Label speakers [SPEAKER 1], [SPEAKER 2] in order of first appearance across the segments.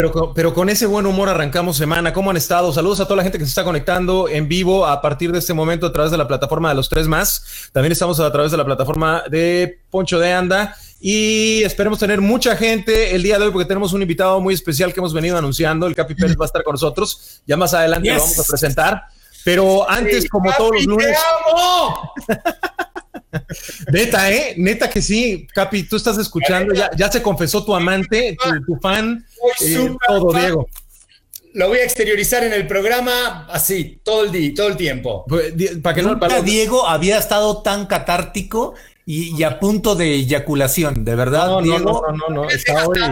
[SPEAKER 1] Pero con ese buen humor arrancamos semana. ¿Cómo han estado? Saludos a toda la gente que se está conectando en vivo a partir de este momento a través de la plataforma de Los Tres Más. También estamos a través de la plataforma de Poncho de Anda. Y esperemos tener mucha gente el día de hoy porque tenemos un invitado muy especial que hemos venido anunciando. El Capi Pérez va a estar con nosotros. Ya más adelante lo vamos a presentar. Pero antes, como Capi, todos los lunes... Neta que sí, Capi, tú estás escuchando, ya se confesó tu amante, tu fan, todo, fan. Diego.
[SPEAKER 2] Lo voy a exteriorizar en el programa así, todo el tiempo.
[SPEAKER 3] Para que nunca Diego había estado tan catártico y a punto de eyaculación, de verdad,
[SPEAKER 2] no,
[SPEAKER 3] Diego.
[SPEAKER 2] No. Está hoy...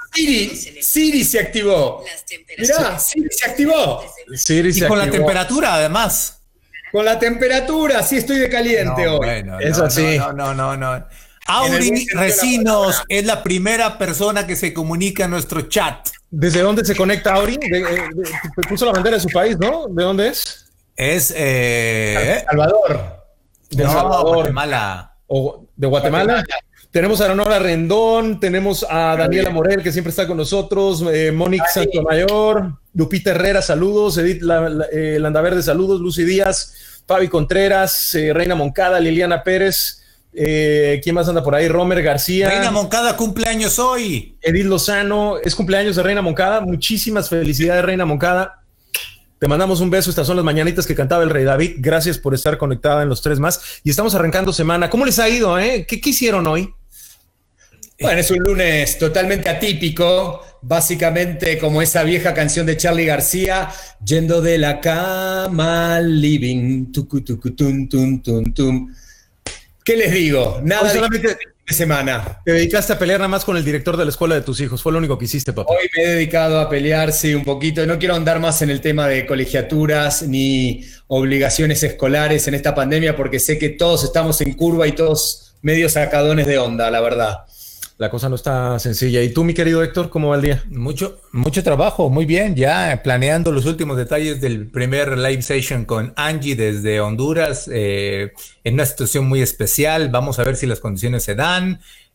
[SPEAKER 2] Siri se activó. Mirá, Siri se activó.
[SPEAKER 3] Y con la temperatura, además.
[SPEAKER 2] Con la temperatura, sí estoy de caliente hoy.
[SPEAKER 3] Bueno, eso sí. No. Auri Recinos es la primera persona que se comunica en nuestro chat.
[SPEAKER 1] ¿Desde dónde se conecta Auri? Puso la bandera de su país, ¿no? ¿De dónde es?
[SPEAKER 3] Es
[SPEAKER 2] Salvador.
[SPEAKER 1] De Salvador.
[SPEAKER 3] Guatemala.
[SPEAKER 1] ¿O de Guatemala? Tenemos a Leonora Rendón, tenemos a Daniela Morel, que siempre está con nosotros, Mónica Santomayor, Lupita Herrera, saludos, Edith Landaverde, saludos, Lucy Díaz, Fabi Contreras, Reina Moncada, Liliana Pérez, ¿quién más anda por ahí? Romer García.
[SPEAKER 3] Reina Moncada, cumpleaños hoy.
[SPEAKER 1] Edith Lozano, es cumpleaños de Reina Moncada, muchísimas felicidades, Reina Moncada. Te mandamos un beso, estas son las mañanitas que cantaba el Rey David, gracias por estar conectada en Los Tres Más, y estamos arrancando semana. ¿Cómo les ha ido, ¿Qué hicieron hoy?
[SPEAKER 2] Bueno, es un lunes totalmente atípico, básicamente como esa vieja canción de Charly García, yendo de la cama al living, tucu, tucu, tum, tum, tum, tum. ¿Qué les digo? Nada de semana.
[SPEAKER 1] Te dedicaste a pelear nada más con el director de la escuela de tus hijos, fue lo único que hiciste, papá.
[SPEAKER 2] Hoy me he dedicado a pelear, sí, un poquito. No quiero andar más en el tema de colegiaturas ni obligaciones escolares en esta pandemia porque sé que todos estamos en curva y todos medio sacadones de onda, la verdad.
[SPEAKER 1] La cosa no está sencilla. ¿Y tú, mi querido Héctor, cómo va el día?
[SPEAKER 3] Mucho trabajo, muy bien. Ya planeando los últimos detalles del primer live session con Angie desde Honduras, en una situación muy especial. Vamos a ver si las condiciones se dan.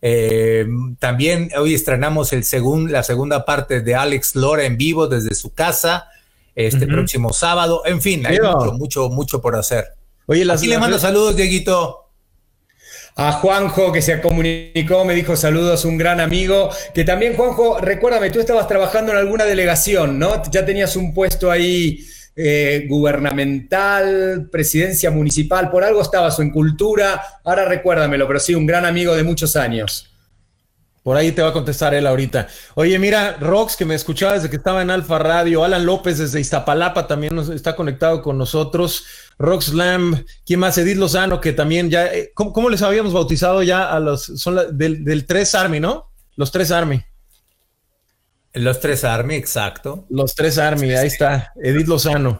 [SPEAKER 3] También hoy estrenamos la segunda parte de Alex Lora en vivo desde su casa, próximo sábado. En fin, hay mucho por hacer.
[SPEAKER 1] Oye,
[SPEAKER 3] aquí le mando saludos, Dieguito.
[SPEAKER 2] A Juanjo, que se comunicó, me dijo saludos, un gran amigo, que también, Juanjo, recuérdame, tú estabas trabajando en alguna delegación, ¿no? Ya tenías un puesto ahí gubernamental, presidencia municipal, por algo estabas, o en cultura, ahora recuérdamelo, pero sí, un gran amigo de muchos años.
[SPEAKER 1] Por ahí te va a contestar él ahorita. Oye, mira, Rox, que me escuchaba desde que estaba en Alfa Radio, Alan López desde Iztapalapa también está conectado con nosotros, Rox Lamb, ¿quién más? Edith Lozano, que también ya, ¿cómo les habíamos bautizado ya a del 3 Army, ¿no? Los 3 Army.
[SPEAKER 3] Los 3 Army, exacto.
[SPEAKER 1] Los 3 Army, ahí está, Edith Lozano.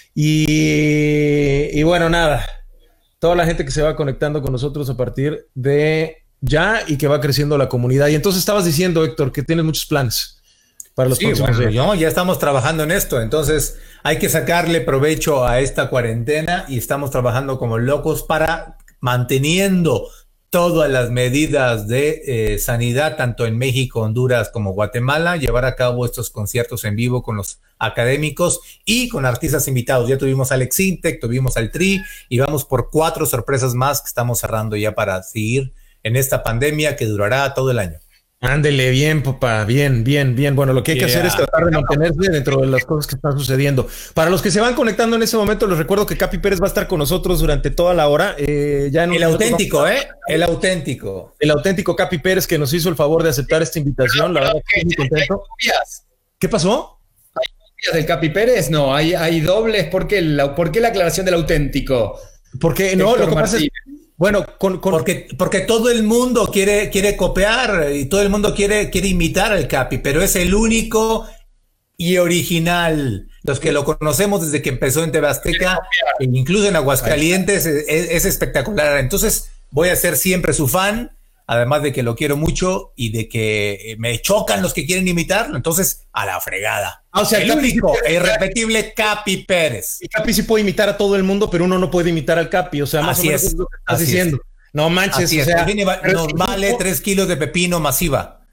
[SPEAKER 1] Y bueno, nada, toda la gente que se va conectando con nosotros a partir de ya y que va creciendo la comunidad. Y entonces estabas diciendo, Héctor, que tienes muchos planes para los próximos días.
[SPEAKER 3] Ya estamos trabajando en esto, entonces hay que sacarle provecho a esta cuarentena y estamos trabajando como locos para manteniendo todas las medidas de sanidad, tanto en México, Honduras como Guatemala, llevar a cabo estos conciertos en vivo con los académicos y con artistas invitados. Ya tuvimos a Alex Intec, tuvimos al Tri y vamos por 4 sorpresas más que estamos cerrando ya para seguir en esta pandemia que durará todo el año.
[SPEAKER 1] Ándele, bien, papá, bien. Bueno, lo que hay que hacer es tratar de mantenerse dentro de las cosas que están sucediendo. Para los que se van conectando en ese momento, les recuerdo que Capi Pérez va a estar con nosotros durante toda la hora.
[SPEAKER 3] El auténtico, El auténtico.
[SPEAKER 1] El auténtico Capi Pérez, que nos hizo el favor de aceptar esta invitación. La verdad que estoy muy contento. ¿Qué pasó?
[SPEAKER 2] ¿Hay copias del Capi Pérez? No, hay dobles. ¿Por qué la aclaración del auténtico?
[SPEAKER 1] Porque no, lo que pasa es... Bueno,
[SPEAKER 3] porque todo el mundo quiere copiar y todo el mundo quiere imitar al Capi, pero es el único y original. Los que lo conocemos desde que empezó en TV Azteca, e incluso en Aguascalientes, es espectacular. Entonces voy a ser siempre su fan, además de que lo quiero mucho y de que me chocan los que quieren imitarlo. Entonces, a la fregada.
[SPEAKER 1] O sea,
[SPEAKER 3] el único e irrepetible Capi Pérez.
[SPEAKER 1] El Capi sí puede imitar a todo el mundo, pero uno no puede imitar al Capi. O sea, más o menos es lo que estás diciendo. No manches,
[SPEAKER 3] o sea, nos vale 3 kilos de pepino masiva.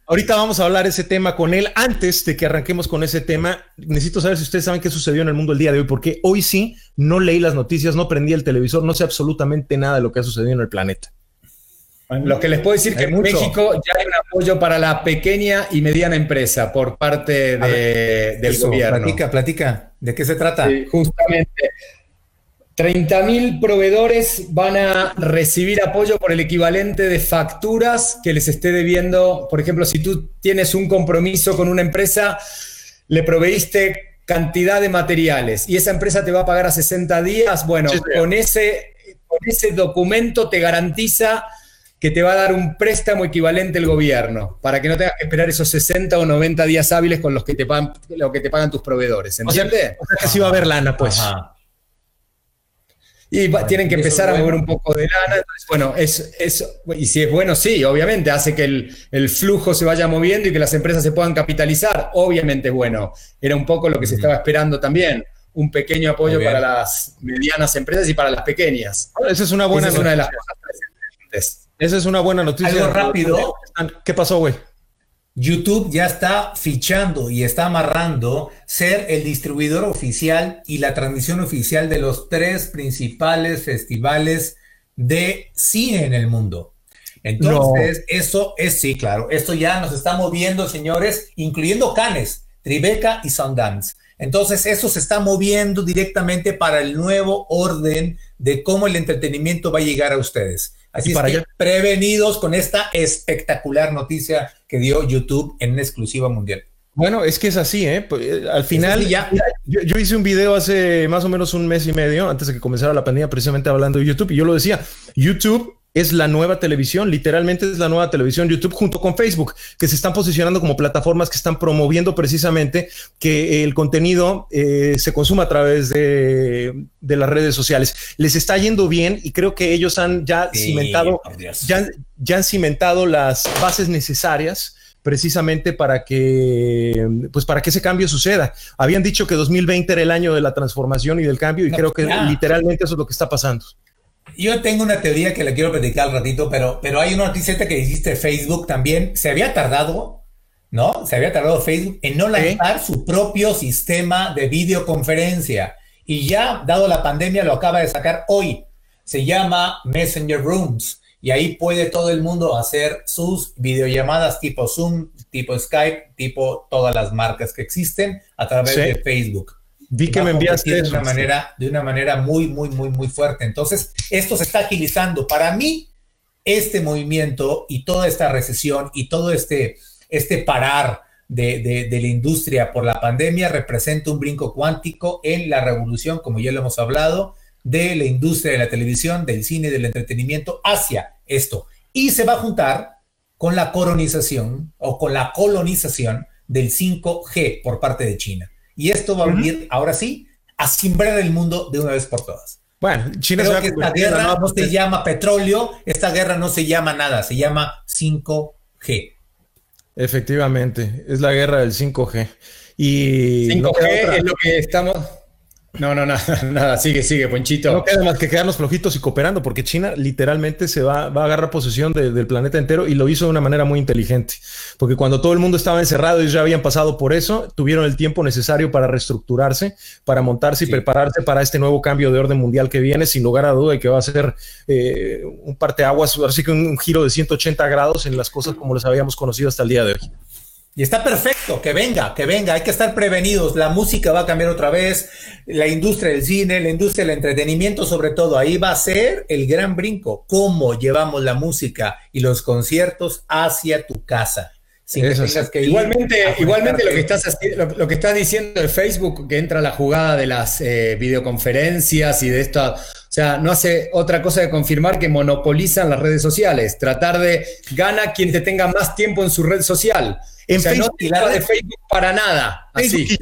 [SPEAKER 1] Ahorita vamos a hablar ese tema con él. Antes de que arranquemos con ese tema, necesito saber si ustedes saben qué sucedió en el mundo el día de hoy, porque hoy sí no leí las noticias, no prendí el televisor, no sé absolutamente nada de lo que ha sucedido en el planeta.
[SPEAKER 2] Lo que les puedo decir es que en México ya hay un apoyo para la pequeña y mediana empresa por parte del gobierno.
[SPEAKER 3] Platica. ¿De qué se trata?
[SPEAKER 2] Sí, justamente. 30.000 proveedores van a recibir apoyo por el equivalente de facturas que les esté debiendo. Por ejemplo, si tú tienes un compromiso con una empresa, le proveíste cantidad de materiales y esa empresa te va a pagar a 60 días, bueno, sí, con ese documento te garantiza que te va a dar un préstamo equivalente el gobierno, para que no tengas que esperar esos 60 o 90 días hábiles con los que te pagan tus proveedores, ¿entiendes?
[SPEAKER 1] O sea que sí va a haber lana, pues. Ajá.
[SPEAKER 2] Y tienen que empezar a mover un poco de lana. Entonces, bueno, y si es bueno, sí, obviamente, hace que el flujo se vaya moviendo y que las empresas se puedan capitalizar. Obviamente es bueno. Era un poco lo que se estaba esperando también. Un pequeño apoyo para las medianas empresas y para las pequeñas.
[SPEAKER 1] Esa es una buena noticia.
[SPEAKER 2] Es una de las cosas presentes.
[SPEAKER 1] Esa es una buena noticia.
[SPEAKER 3] Algo rápido.
[SPEAKER 1] ¿Qué pasó, güey?
[SPEAKER 3] YouTube ya está fichando y está amarrando ser el distribuidor oficial y la transmisión oficial de los 3 principales festivales de cine en el mundo. Entonces, eso es, sí, claro, esto ya nos está moviendo, señores, incluyendo Cannes, Tribeca y Sundance. Entonces, eso se está moviendo directamente para el nuevo orden de cómo el entretenimiento va a llegar a ustedes. Así es que prevenidos con esta espectacular noticia que dio YouTube en una exclusiva mundial.
[SPEAKER 1] Bueno, es que es así, ¿eh? Al final, yo hice un video hace más o menos un mes y medio, antes de que comenzara la pandemia, precisamente hablando de YouTube, y yo lo decía, YouTube es la nueva televisión, literalmente es la nueva televisión YouTube junto con Facebook, que se están posicionando como plataformas que están promoviendo precisamente que el contenido se consuma a través de las redes sociales. Les está yendo bien y creo que ellos han ya cimentado, ya han cimentado las bases necesarias precisamente para que ese cambio suceda. Habían dicho que 2020 era el año de la transformación y del cambio y creo que literalmente eso es lo que está pasando.
[SPEAKER 3] Yo tengo una teoría que la quiero platicar al ratito, pero hay una noticia que hiciste Facebook también. Se había tardado, ¿no? Se había tardado Facebook en no lanzar su propio sistema de videoconferencia. Y ya, dado la pandemia, lo acaba de sacar hoy. Se llama Messenger Rooms. Y ahí puede todo el mundo hacer sus videollamadas tipo Zoom, tipo Skype, tipo todas las marcas que existen a través de Facebook.
[SPEAKER 1] Vi que me enviaste
[SPEAKER 3] de una manera muy, muy, muy, muy fuerte. Entonces, esto se está agilizando. Para mí, este movimiento y toda esta recesión y todo este parar de la industria por la pandemia representa un brinco cuántico en la revolución, como ya lo hemos hablado, de la industria de la televisión, del cine y del entretenimiento hacia esto. Y se va a juntar con la colonización del 5G por parte de China. Y esto va a venir, ahora sí, a simbrar el mundo de una vez por todas.
[SPEAKER 1] Bueno, China
[SPEAKER 3] Creo que esta guerra no se llama petróleo, esta guerra no se llama nada, se llama 5G.
[SPEAKER 1] Efectivamente, es la guerra del 5G. Y
[SPEAKER 2] 5G es lo que estamos... No, nada, sigue, Ponchito.
[SPEAKER 1] No queda más que quedarnos flojitos y cooperando, porque China literalmente se va a agarrar posesión del planeta entero y lo hizo de una manera muy inteligente, porque cuando todo el mundo estaba encerrado y ellos ya habían pasado por eso, tuvieron el tiempo necesario para reestructurarse, para montarse y prepararse para este nuevo cambio de orden mundial que viene, sin lugar a duda, y que va a ser un parteaguas, así que un giro de 180 grados en las cosas como las habíamos conocido hasta el día de hoy.
[SPEAKER 3] Y está perfecto, que venga, hay que estar prevenidos, la música va a cambiar otra vez, la industria del cine, la industria del entretenimiento sobre todo, ahí va a ser el gran brinco, cómo llevamos la música y los conciertos hacia tu casa. Sin que tengas que
[SPEAKER 2] igualmente lo que estás diciendo de Facebook, que entra la jugada de las videoconferencias y de esto, o sea, no hace otra cosa que confirmar que monopolizan las redes sociales, tratar de gana quien te tenga más tiempo en su red social. En Facebook, no de Facebook para nada.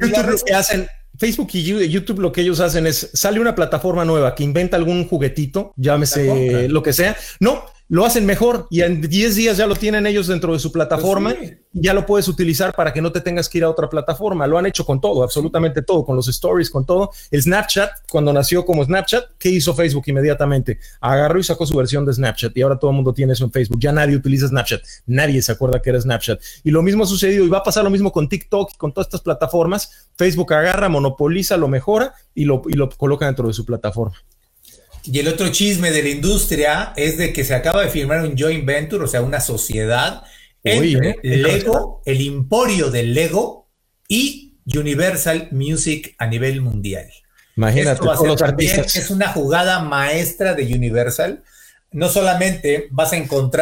[SPEAKER 1] Facebook y YouTube lo que ellos hacen es, sale una plataforma nueva que inventa algún juguetito, llámese lo que sea. No, lo hacen mejor y en 10 días ya lo tienen ellos dentro de su plataforma.
[SPEAKER 3] Pues sí.
[SPEAKER 1] Y ya lo puedes utilizar para que no te tengas que ir a otra plataforma. Lo han hecho con todo, absolutamente todo, con los stories, con todo. El Snapchat, cuando nació como Snapchat, ¿qué hizo Facebook inmediatamente? Agarró y sacó su versión de Snapchat y ahora todo el mundo tiene eso en Facebook. Ya nadie utiliza Snapchat, nadie se acuerda que era Snapchat. Y lo mismo ha sucedido y va a pasar lo mismo con TikTok y con todas estas plataformas. Facebook agarra, monopoliza, lo mejora y lo coloca dentro de su plataforma.
[SPEAKER 3] Y el otro chisme de la industria es de que se acaba de firmar un joint venture, o sea, una sociedad entre Lego, el emporio del Lego y Universal Music a nivel mundial.
[SPEAKER 1] Imagínate,
[SPEAKER 3] esto va a ser también, es una jugada maestra de Universal. No solamente vas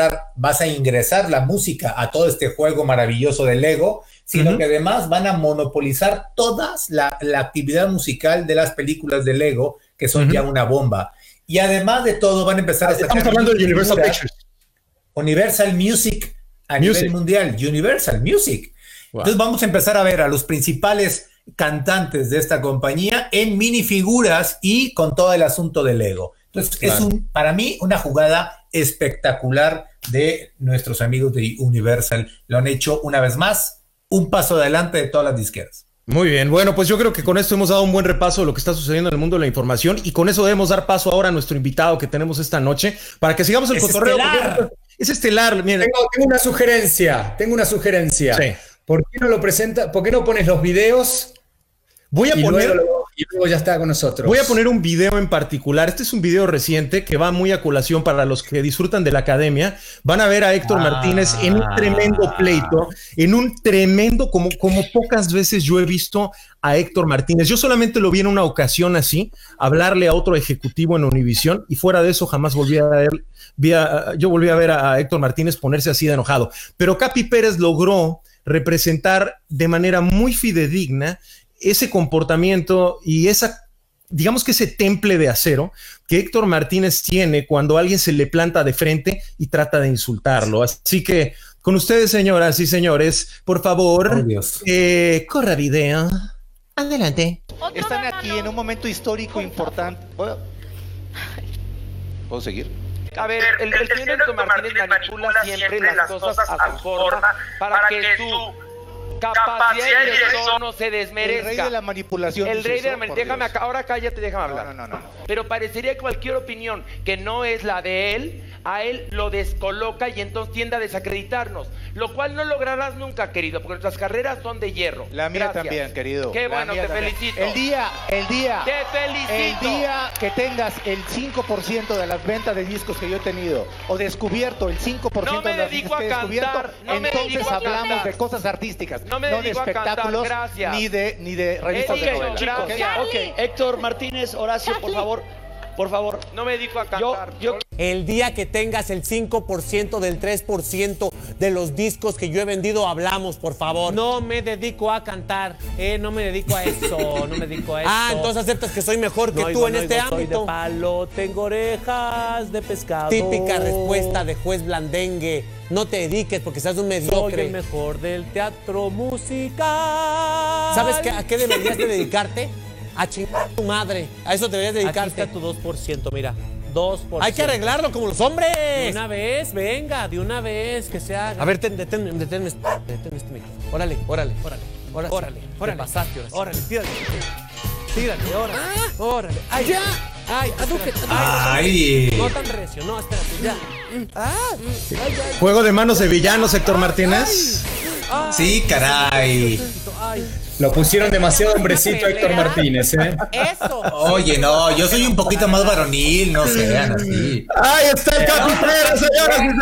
[SPEAKER 3] a ingresar la música a todo este juego maravilloso de Lego, sino que además van a monopolizar toda la actividad musical de las películas de Lego, que son ya una bomba. Y además de todo, van a empezar a sacar...
[SPEAKER 1] Estamos hablando de Universal Pictures.
[SPEAKER 3] Universal Music a nivel mundial. Universal Music. Wow. Entonces vamos a empezar a ver a los principales cantantes de esta compañía en minifiguras y con todo el asunto del Lego. Entonces es para mí una jugada espectacular de nuestros amigos de Universal. Lo han hecho una vez más, un paso adelante de todas las disqueras.
[SPEAKER 1] Muy bien, bueno, pues yo creo que con esto hemos dado un buen repaso de lo que está sucediendo en el mundo de la información y con eso debemos dar paso ahora a nuestro invitado que tenemos esta noche para que sigamos el cotorreo. Es estelar. Miren.
[SPEAKER 2] Tengo una sugerencia. Sí. ¿Por qué no lo presenta? ¿Por qué no pones los videos?
[SPEAKER 1] Voy a poner...
[SPEAKER 2] Y luego ya está con nosotros.
[SPEAKER 1] Voy a poner un video en particular. Este es un video reciente que va muy a colación para los que disfrutan de la academia. Van a ver a Héctor Martínez en un tremendo pleito, en un tremendo, como pocas veces yo he visto a Héctor Martínez. Yo solamente lo vi en una ocasión así, hablarle a otro ejecutivo en Univisión y fuera de eso jamás volví a ver. Yo volví a ver a Héctor Martínez ponerse así de enojado. Pero Capi Pérez logró representar de manera muy fidedigna ese comportamiento y digamos que ese temple de acero que Héctor Martínez tiene cuando alguien se le planta de frente y trata de insultarlo. Así que con ustedes, señoras y señores, por favor, corra video. Adelante.
[SPEAKER 4] Están aquí en un momento histórico importante. ¿Puedo seguir? A ver, el señor Héctor Martínez manipula siempre las cosas a su forma para que su capacidad de dirección no se desmerezca.
[SPEAKER 5] El rey de la manipulación.
[SPEAKER 4] El rey de la manipulación. Ahora cállate, déjame hablar. No. Pero parecería que cualquier opinión que no es la de él, a él lo descoloca y entonces tiende a desacreditarnos. Lo cual no lograrás nunca, querido, porque nuestras carreras son de hierro.
[SPEAKER 5] La mía también, querido.
[SPEAKER 4] Qué bueno, te felicito.
[SPEAKER 5] El día.
[SPEAKER 4] Te felicito.
[SPEAKER 5] El día que tengas el 5% de las ventas de discos que yo he tenido, o descubierto el 5% de las discos que he descubierto, entonces hablamos de cosas artísticas. No de espectáculos, ni de revistas de novelas.
[SPEAKER 6] Ok, Héctor Martínez, Horacio, por favor.
[SPEAKER 4] No me dedico a cantar.
[SPEAKER 7] El día que tengas el 5% del 3% de los discos que yo he vendido, hablamos, por favor.
[SPEAKER 8] No me dedico a cantar, no me dedico a eso,
[SPEAKER 7] Ah, entonces aceptas que soy mejor que tú en este ámbito.
[SPEAKER 8] Soy de palo, tengo orejas de pescado.
[SPEAKER 7] Típica respuesta de juez blandengue. No te dediques porque seas un mediocre.
[SPEAKER 8] Soy el mejor del teatro musical.
[SPEAKER 7] ¿Sabes a qué deberías de dedicarte? A chingar a tu madre. A eso deberías dedicarte.
[SPEAKER 8] Aquí está tu 2%, mira. 2%.
[SPEAKER 7] Hay que arreglarlo como los hombres.
[SPEAKER 8] De una vez, venga, de una vez, que se haga.
[SPEAKER 7] A ver, deténme este micrófono. Órale.
[SPEAKER 8] Te pasaste,
[SPEAKER 7] órale, tírale, órale.
[SPEAKER 8] Ay, ya. Ay,
[SPEAKER 3] Ay.
[SPEAKER 8] No tan recio, no, espérate, ya.
[SPEAKER 1] Juego de manos de villanos, Héctor Martínez.
[SPEAKER 3] Sí, caray.
[SPEAKER 2] Lo pusieron demasiado hombrecito a Héctor Martínez,
[SPEAKER 8] Eso.
[SPEAKER 3] Oye, no, yo soy un poquito más varonil, no sean así.
[SPEAKER 1] Ahí está el Capi Pérez, señoras y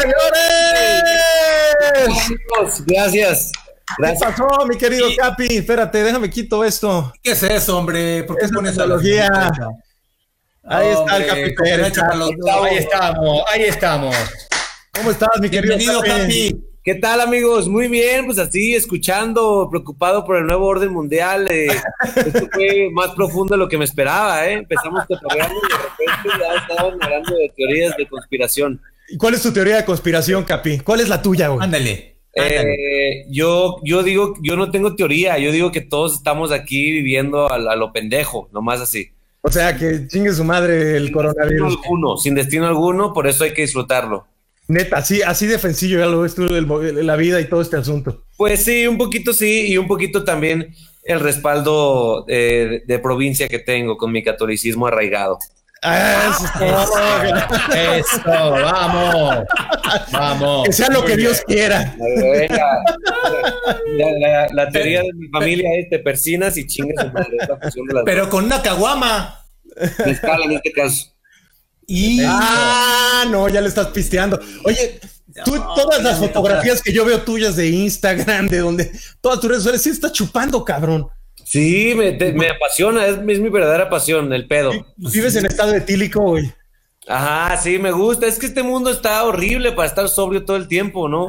[SPEAKER 1] señores.
[SPEAKER 6] Gracias.
[SPEAKER 1] ¿Qué pasó, mi querido Capi? Espérate, déjame quito esto.
[SPEAKER 3] ¿Qué es eso, hombre? ¿Por qué pones
[SPEAKER 1] analogía? Ahí está el Capi Pérez.
[SPEAKER 2] Ahí estamos.
[SPEAKER 1] ¿Cómo estás, mi querido
[SPEAKER 3] Capi?
[SPEAKER 6] ¿Qué tal, amigos? Muy bien, pues así, escuchando, preocupado por el nuevo orden mundial. Esto fue más profundo de lo que me esperaba, Empezamos cotorreando y de repente ya estaban hablando de teorías de conspiración.
[SPEAKER 1] ¿Y cuál es tu teoría de conspiración, Capi? ¿Cuál es la tuya, güey?
[SPEAKER 3] Ándale.
[SPEAKER 6] Yo digo, yo no tengo teoría, yo digo que todos estamos aquí viviendo a lo pendejo, nomás así.
[SPEAKER 1] O sea, que chingue su madre el coronavirus.
[SPEAKER 6] Sin destino alguno, por eso hay que disfrutarlo.
[SPEAKER 1] Neta, así defensillo ya lo ves tú, la vida y todo este asunto.
[SPEAKER 6] Pues sí, un poquito sí, y un poquito también el respaldo de provincia que tengo con mi catolicismo arraigado.
[SPEAKER 2] Eso, vamos.
[SPEAKER 1] Que sea lo que Dios quiera.
[SPEAKER 6] La teoría de mi familia es te persinas y chingas su madre. Es la fusión de las
[SPEAKER 3] Pero con una caguama.
[SPEAKER 6] mezcal en este caso.
[SPEAKER 1] No, ya le estás pisteando. Oye, tú todas las fotografías que yo veo tuyas de Instagram, de donde todas tus redes sociales, sí estás chupando, cabrón.
[SPEAKER 6] Sí, me apasiona, es mi verdadera pasión, el pedo.
[SPEAKER 1] Vives en estado etílico, güey.
[SPEAKER 6] Ajá, sí, me gusta. Es que este mundo está horrible para estar sobrio todo el tiempo, ¿no?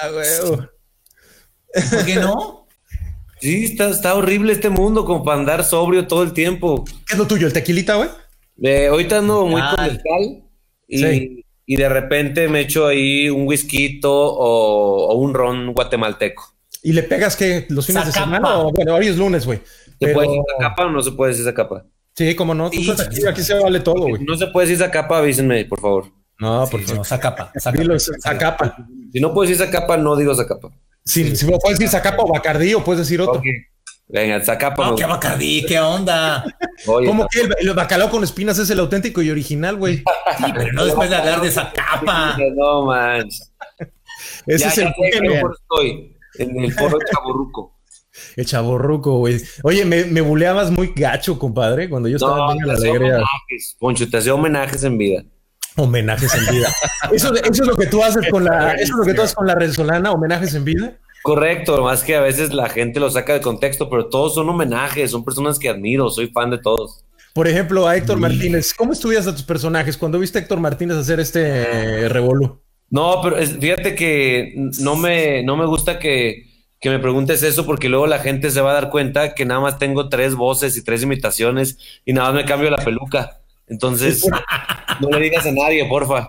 [SPEAKER 3] ¿Por qué no?
[SPEAKER 6] Sí, está horrible este mundo como para andar sobrio todo el tiempo.
[SPEAKER 1] ¿Qué es lo tuyo, el tequilita, güey?
[SPEAKER 6] Ahorita ando muy comercial y de repente me echo ahí un whisky o un ron guatemalteco.
[SPEAKER 1] ¿Y le pegas qué? ¿Los fines de semana? O, bueno, hoy es lunes, güey.
[SPEAKER 6] ¿Se puede decir esa capa o no se puede decir esa capa?
[SPEAKER 1] Sí, cómo no. Aquí se vale todo, güey.
[SPEAKER 6] No se puede decir esa capa, avísenme, por favor.
[SPEAKER 1] No, por favor.
[SPEAKER 3] No, Zacapa.
[SPEAKER 1] Zacapa.
[SPEAKER 6] Si no puedo decir esa capa, no digo esa capa.
[SPEAKER 1] Si me puedes decir Zacapa o Bacardí o puedes decir otro.
[SPEAKER 6] Okay. Venga, Zacapa.
[SPEAKER 3] No, ¿qué Bacardí? ¿Qué onda?
[SPEAKER 6] Oye,
[SPEAKER 1] ¿Cómo que el bacalao con espinas es el auténtico y original, güey?
[SPEAKER 3] Sí, pero no después de hablar de Zacapa.
[SPEAKER 6] No, man.
[SPEAKER 1] Ese es el
[SPEAKER 6] que mejor estoy en el foro Chaborruco.
[SPEAKER 1] El Chaborruco, güey. Oye, me buleabas muy gacho, compadre, cuando yo estaba en la alegría.
[SPEAKER 6] Homenajes, Poncho, te hacía homenajes en vida.
[SPEAKER 1] Homenajes en vida. Eso es lo que tú haces con la Resolana, homenajes en vida.
[SPEAKER 6] Correcto, más que a veces la gente lo saca de contexto, pero todos son homenajes, son personas que admiro, soy fan de todos.
[SPEAKER 1] Por ejemplo, a Héctor Martínez, ¿cómo estudias a tus personajes? Cuando viste a Héctor Martínez hacer este revolú.
[SPEAKER 6] No, pero fíjate que no me gusta que me preguntes eso porque luego la gente se va a dar cuenta que nada más tengo 3 voces y 3 imitaciones y nada más me cambio la peluca. Entonces, no le digas a nadie, porfa.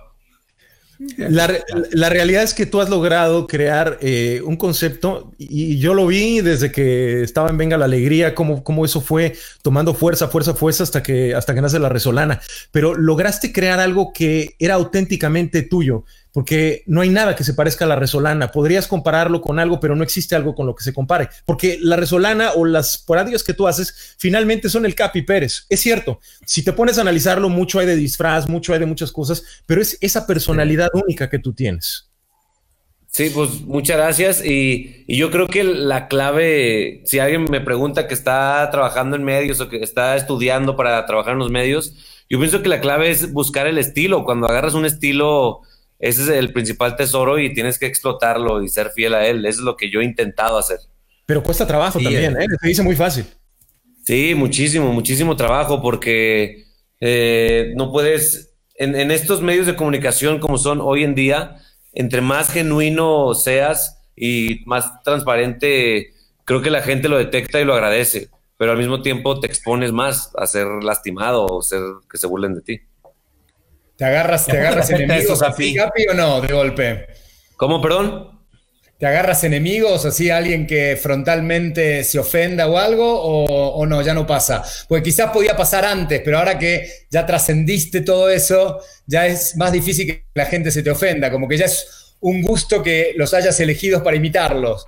[SPEAKER 1] La realidad es que tú has logrado crear un concepto y yo lo vi desde que estaba en Venga la Alegría, cómo eso fue tomando fuerza hasta que nace la Resolana, pero lograste crear algo que era auténticamente tuyo, porque no hay nada que se parezca a la Resolana. Podrías compararlo con algo, pero no existe algo con lo que se compare, porque la Resolana o las parodias que tú haces finalmente son el Capi Pérez. Es cierto, si te pones a analizarlo, mucho hay de disfraz, mucho hay de muchas cosas, pero es esa personalidad única que tú tienes.
[SPEAKER 6] Sí, pues muchas gracias y yo creo que la clave, si alguien me pregunta que está trabajando en medios o que está estudiando para trabajar en los medios, yo pienso que la clave es buscar el estilo. Cuando agarras un estilo, ese es el principal tesoro y tienes que explotarlo y ser fiel a él. Eso es lo que yo he intentado hacer.
[SPEAKER 1] Pero cuesta trabajo también, ¿eh? Se dice muy fácil.
[SPEAKER 6] Sí, muchísimo trabajo porque no puedes, en estos medios de comunicación como son hoy en día, entre más genuino seas y más transparente, creo que la gente lo detecta y lo agradece, pero al mismo tiempo te expones más a ser lastimado o que se burlen de ti.
[SPEAKER 2] ¿Te agarras enemigos así, Capi, o no, de golpe?
[SPEAKER 6] ¿Cómo, perdón?
[SPEAKER 2] ¿Te agarras enemigos, así alguien que frontalmente se ofenda o algo, o no, ya no pasa? Porque quizás podía pasar antes, pero ahora que ya trascendiste todo eso, ya es más difícil que la gente se te ofenda, como que ya es un gusto que los hayas elegido para imitarlos.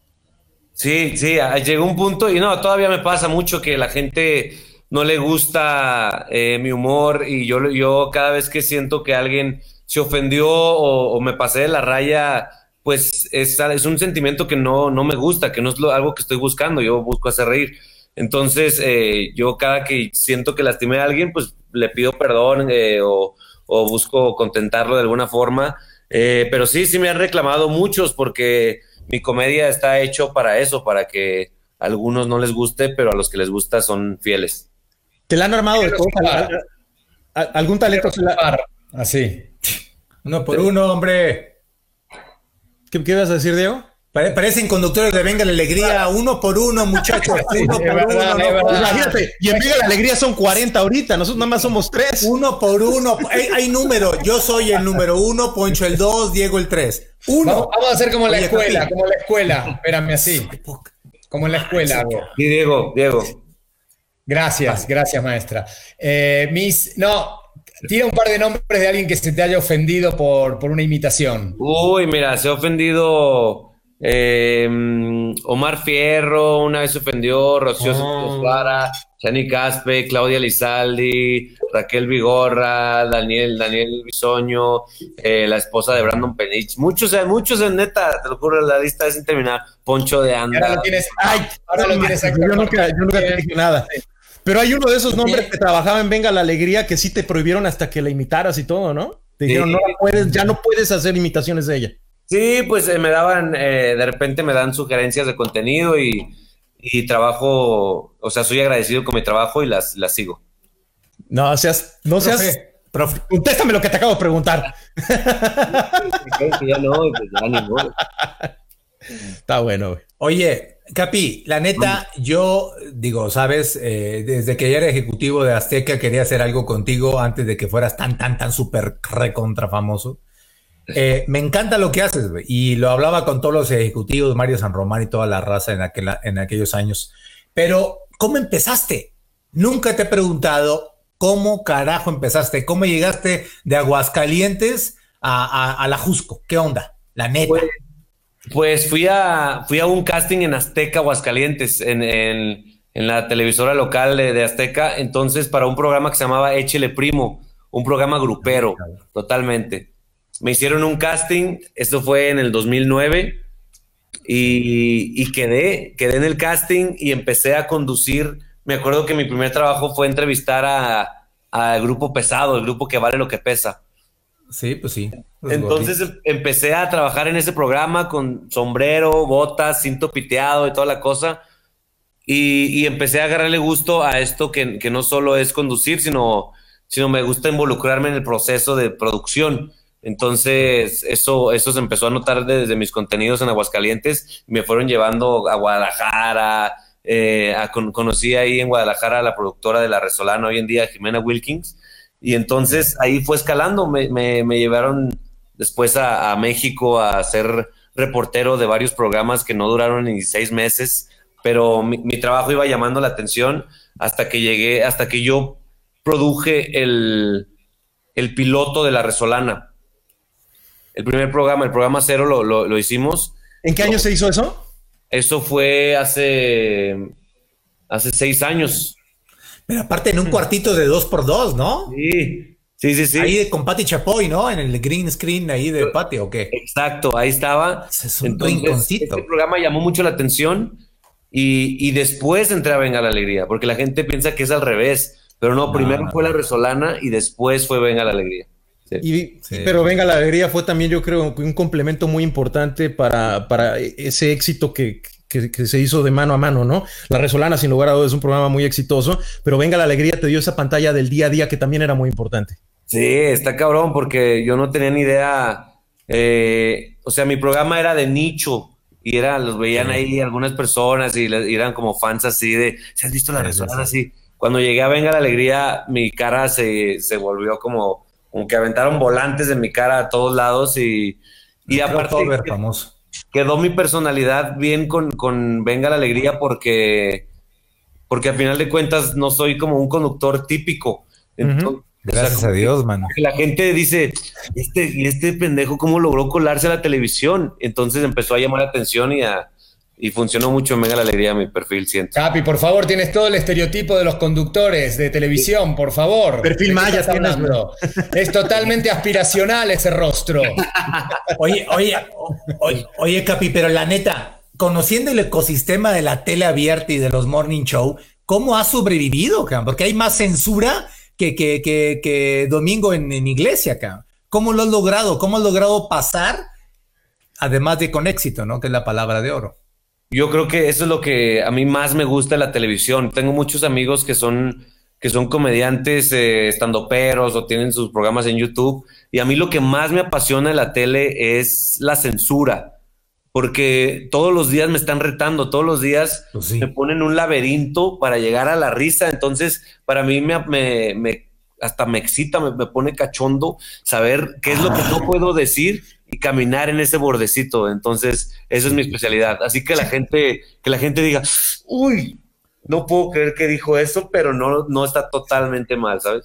[SPEAKER 6] Sí, llegó un punto, y no, todavía me pasa mucho que la gente no le gusta mi humor, y yo cada vez que siento que alguien se ofendió o me pasé de la raya, pues es un sentimiento que no me gusta, que no es algo que estoy buscando. Yo busco hacer reír. Entonces, yo cada que siento que lastimé a alguien, pues le pido perdón o busco contentarlo de alguna forma. Pero sí me han reclamado muchos porque mi comedia está hecho para eso, para que a algunos no les guste, pero a los que les gusta son fieles.
[SPEAKER 1] ¿Te la han armado de cosas? ¿Algún talento?
[SPEAKER 2] Así.
[SPEAKER 3] Uno por uno, hombre.
[SPEAKER 1] ¿Qué ibas a decir, Diego?
[SPEAKER 3] Parecen conductores de Venga la Alegría, uno por uno, muchachos. Uno por uno.
[SPEAKER 1] Imagínate, y en Venga la Alegría son 40 ahorita, nosotros nada más somos 3.
[SPEAKER 3] Uno por uno. Hay número. Yo soy el número 1, Poncho el 2, Diego el 3.
[SPEAKER 2] Vamos a hacer como la escuela, Espérame así. Como en la escuela.
[SPEAKER 6] Sí, Diego.
[SPEAKER 2] Gracias, maestra. Tira un par de nombres de alguien que se te haya ofendido por una imitación.
[SPEAKER 6] Uy, mira, se ha ofendido Omar Fierro, una vez se ofendió, Rocío Suárez, Shani Caspe, Claudia Lizaldi, Raquel Vigorra, Daniel Bisoño, la esposa de Brandon Penich. Muchos, neta, te lo juro, la lista es interminable. Poncho de Anda.
[SPEAKER 2] Ahora lo tienes.
[SPEAKER 1] Yo nunca te dije nada. Pero hay uno de esos nombres que trabajaba en Venga la Alegría que sí te prohibieron hasta que la imitaras y todo, ¿no? Te dijeron, ya no puedes hacer imitaciones de ella.
[SPEAKER 6] Sí, pues me daban, de repente me dan sugerencias de contenido y trabajo, o sea, soy agradecido con mi trabajo y las sigo.
[SPEAKER 1] No seas, profe, contéstame lo que te acabo de preguntar.
[SPEAKER 6] Ya no, pues ya ni modo.
[SPEAKER 1] Está bueno, güey.
[SPEAKER 3] Oye, Capi, la neta, yo digo, sabes, desde que ya era ejecutivo de Azteca quería hacer algo contigo antes de que fueras tan súper recontra famoso. Me encanta lo que haces, güey, y lo hablaba con todos los ejecutivos, Mario San Román y toda la raza en aquellos años. Pero, ¿cómo empezaste? Nunca te he preguntado cómo carajo empezaste, cómo llegaste de Aguascalientes a la Jusco. ¿Qué onda? La neta.
[SPEAKER 6] Pues fui a un casting en Azteca, Aguascalientes, en la televisora local de Azteca, entonces para un programa que se llamaba Échele Primo, un programa grupero, totalmente. Me hicieron un casting, esto fue en el 2009, y quedé en el casting y empecé a conducir. Me acuerdo que mi primer trabajo fue entrevistar al grupo Pesado, el grupo que vale lo que pesa.
[SPEAKER 3] Sí, pues sí.
[SPEAKER 6] Entonces empecé a trabajar en ese programa con sombrero, botas, cinto piteado y toda la cosa. Y empecé a agarrarle gusto a esto que no solo es conducir, sino me gusta involucrarme en el proceso de producción. Entonces eso se empezó a notar desde mis contenidos en Aguascalientes. Me fueron llevando a Guadalajara. Conocí ahí en Guadalajara a la productora de La Resolana, hoy en día Jimena Wilkins. Y entonces ahí fue escalando. Me llevaron después a México a ser reportero de varios programas que no duraron ni 6 meses, pero mi trabajo iba llamando la atención hasta que yo produje el piloto de La Resolana. El primer programa, el programa 0 lo hicimos.
[SPEAKER 1] ¿En qué año se hizo eso?
[SPEAKER 6] Eso fue hace 6 años.
[SPEAKER 3] Pero aparte en un cuartito de 2x2, ¿no?
[SPEAKER 6] Sí.
[SPEAKER 3] Ahí con Pati Chapoy, ¿no? En el green screen ahí de Pati, ¿o qué?
[SPEAKER 6] Exacto, ahí estaba.
[SPEAKER 3] Es un rinconcito.
[SPEAKER 6] Este programa llamó mucho la atención y después entré a Venga la Alegría, porque la gente piensa que es al revés, pero no, primero fue La Resolana y después fue Venga la Alegría.
[SPEAKER 1] Sí. Pero Venga la Alegría fue también, yo creo, un complemento muy importante para ese éxito que se hizo de mano a mano, ¿no? La Resolana, sin lugar a dudas, es un programa muy exitoso, pero Venga la Alegría te dio esa pantalla del día a día que también era muy importante.
[SPEAKER 6] Sí, está cabrón, porque yo no tenía ni idea. O sea, mi programa era de nicho y los veían ahí algunas personas y eran como fans así de, ¿se has visto La Resolana? Así. Cuando llegué a Venga la Alegría, mi cara se volvió como que aventaron volantes de mi cara a todos lados y aparte
[SPEAKER 3] famoso.
[SPEAKER 6] Quedó mi personalidad bien con Venga la Alegría porque a final de cuentas no soy como un conductor típico. Entonces,
[SPEAKER 3] gracias a Dios, mano.
[SPEAKER 6] La gente dice, este pendejo cómo logró colarse a la televisión. Entonces empezó a llamar la atención y funcionó mucho en Venga la Alegría mi perfil, siento.
[SPEAKER 2] Capi, por favor, tienes todo el estereotipo de los conductores de televisión, por favor.
[SPEAKER 1] Perfil Maya estás hablando.
[SPEAKER 2] Es totalmente aspiracional ese rostro.
[SPEAKER 3] Oye, Capi, pero la neta, conociendo el ecosistema de la tele abierta y de los morning show, ¿cómo has sobrevivido, cabrón? Porque hay más censura que domingo en iglesia, cabrón. ¿Cómo lo has logrado? ¿Cómo has logrado pasar? Además de con éxito, ¿no? Que es la palabra de oro.
[SPEAKER 6] Yo creo que eso es lo que a mí más me gusta de la televisión. Tengo muchos amigos que son comediantes, estandoperos o tienen sus programas en YouTube. Y a mí lo que más me apasiona de la tele es la censura. Porque todos los días me están retando, todos los días me ponen un laberinto para llegar a la risa. Entonces, para mí hasta me excita, me pone cachondo saber qué es lo que no puedo decir y caminar en ese bordecito. Entonces, eso es mi especialidad. Así que la gente diga, uy, no puedo creer que dijo eso, pero no está totalmente mal, ¿sabes?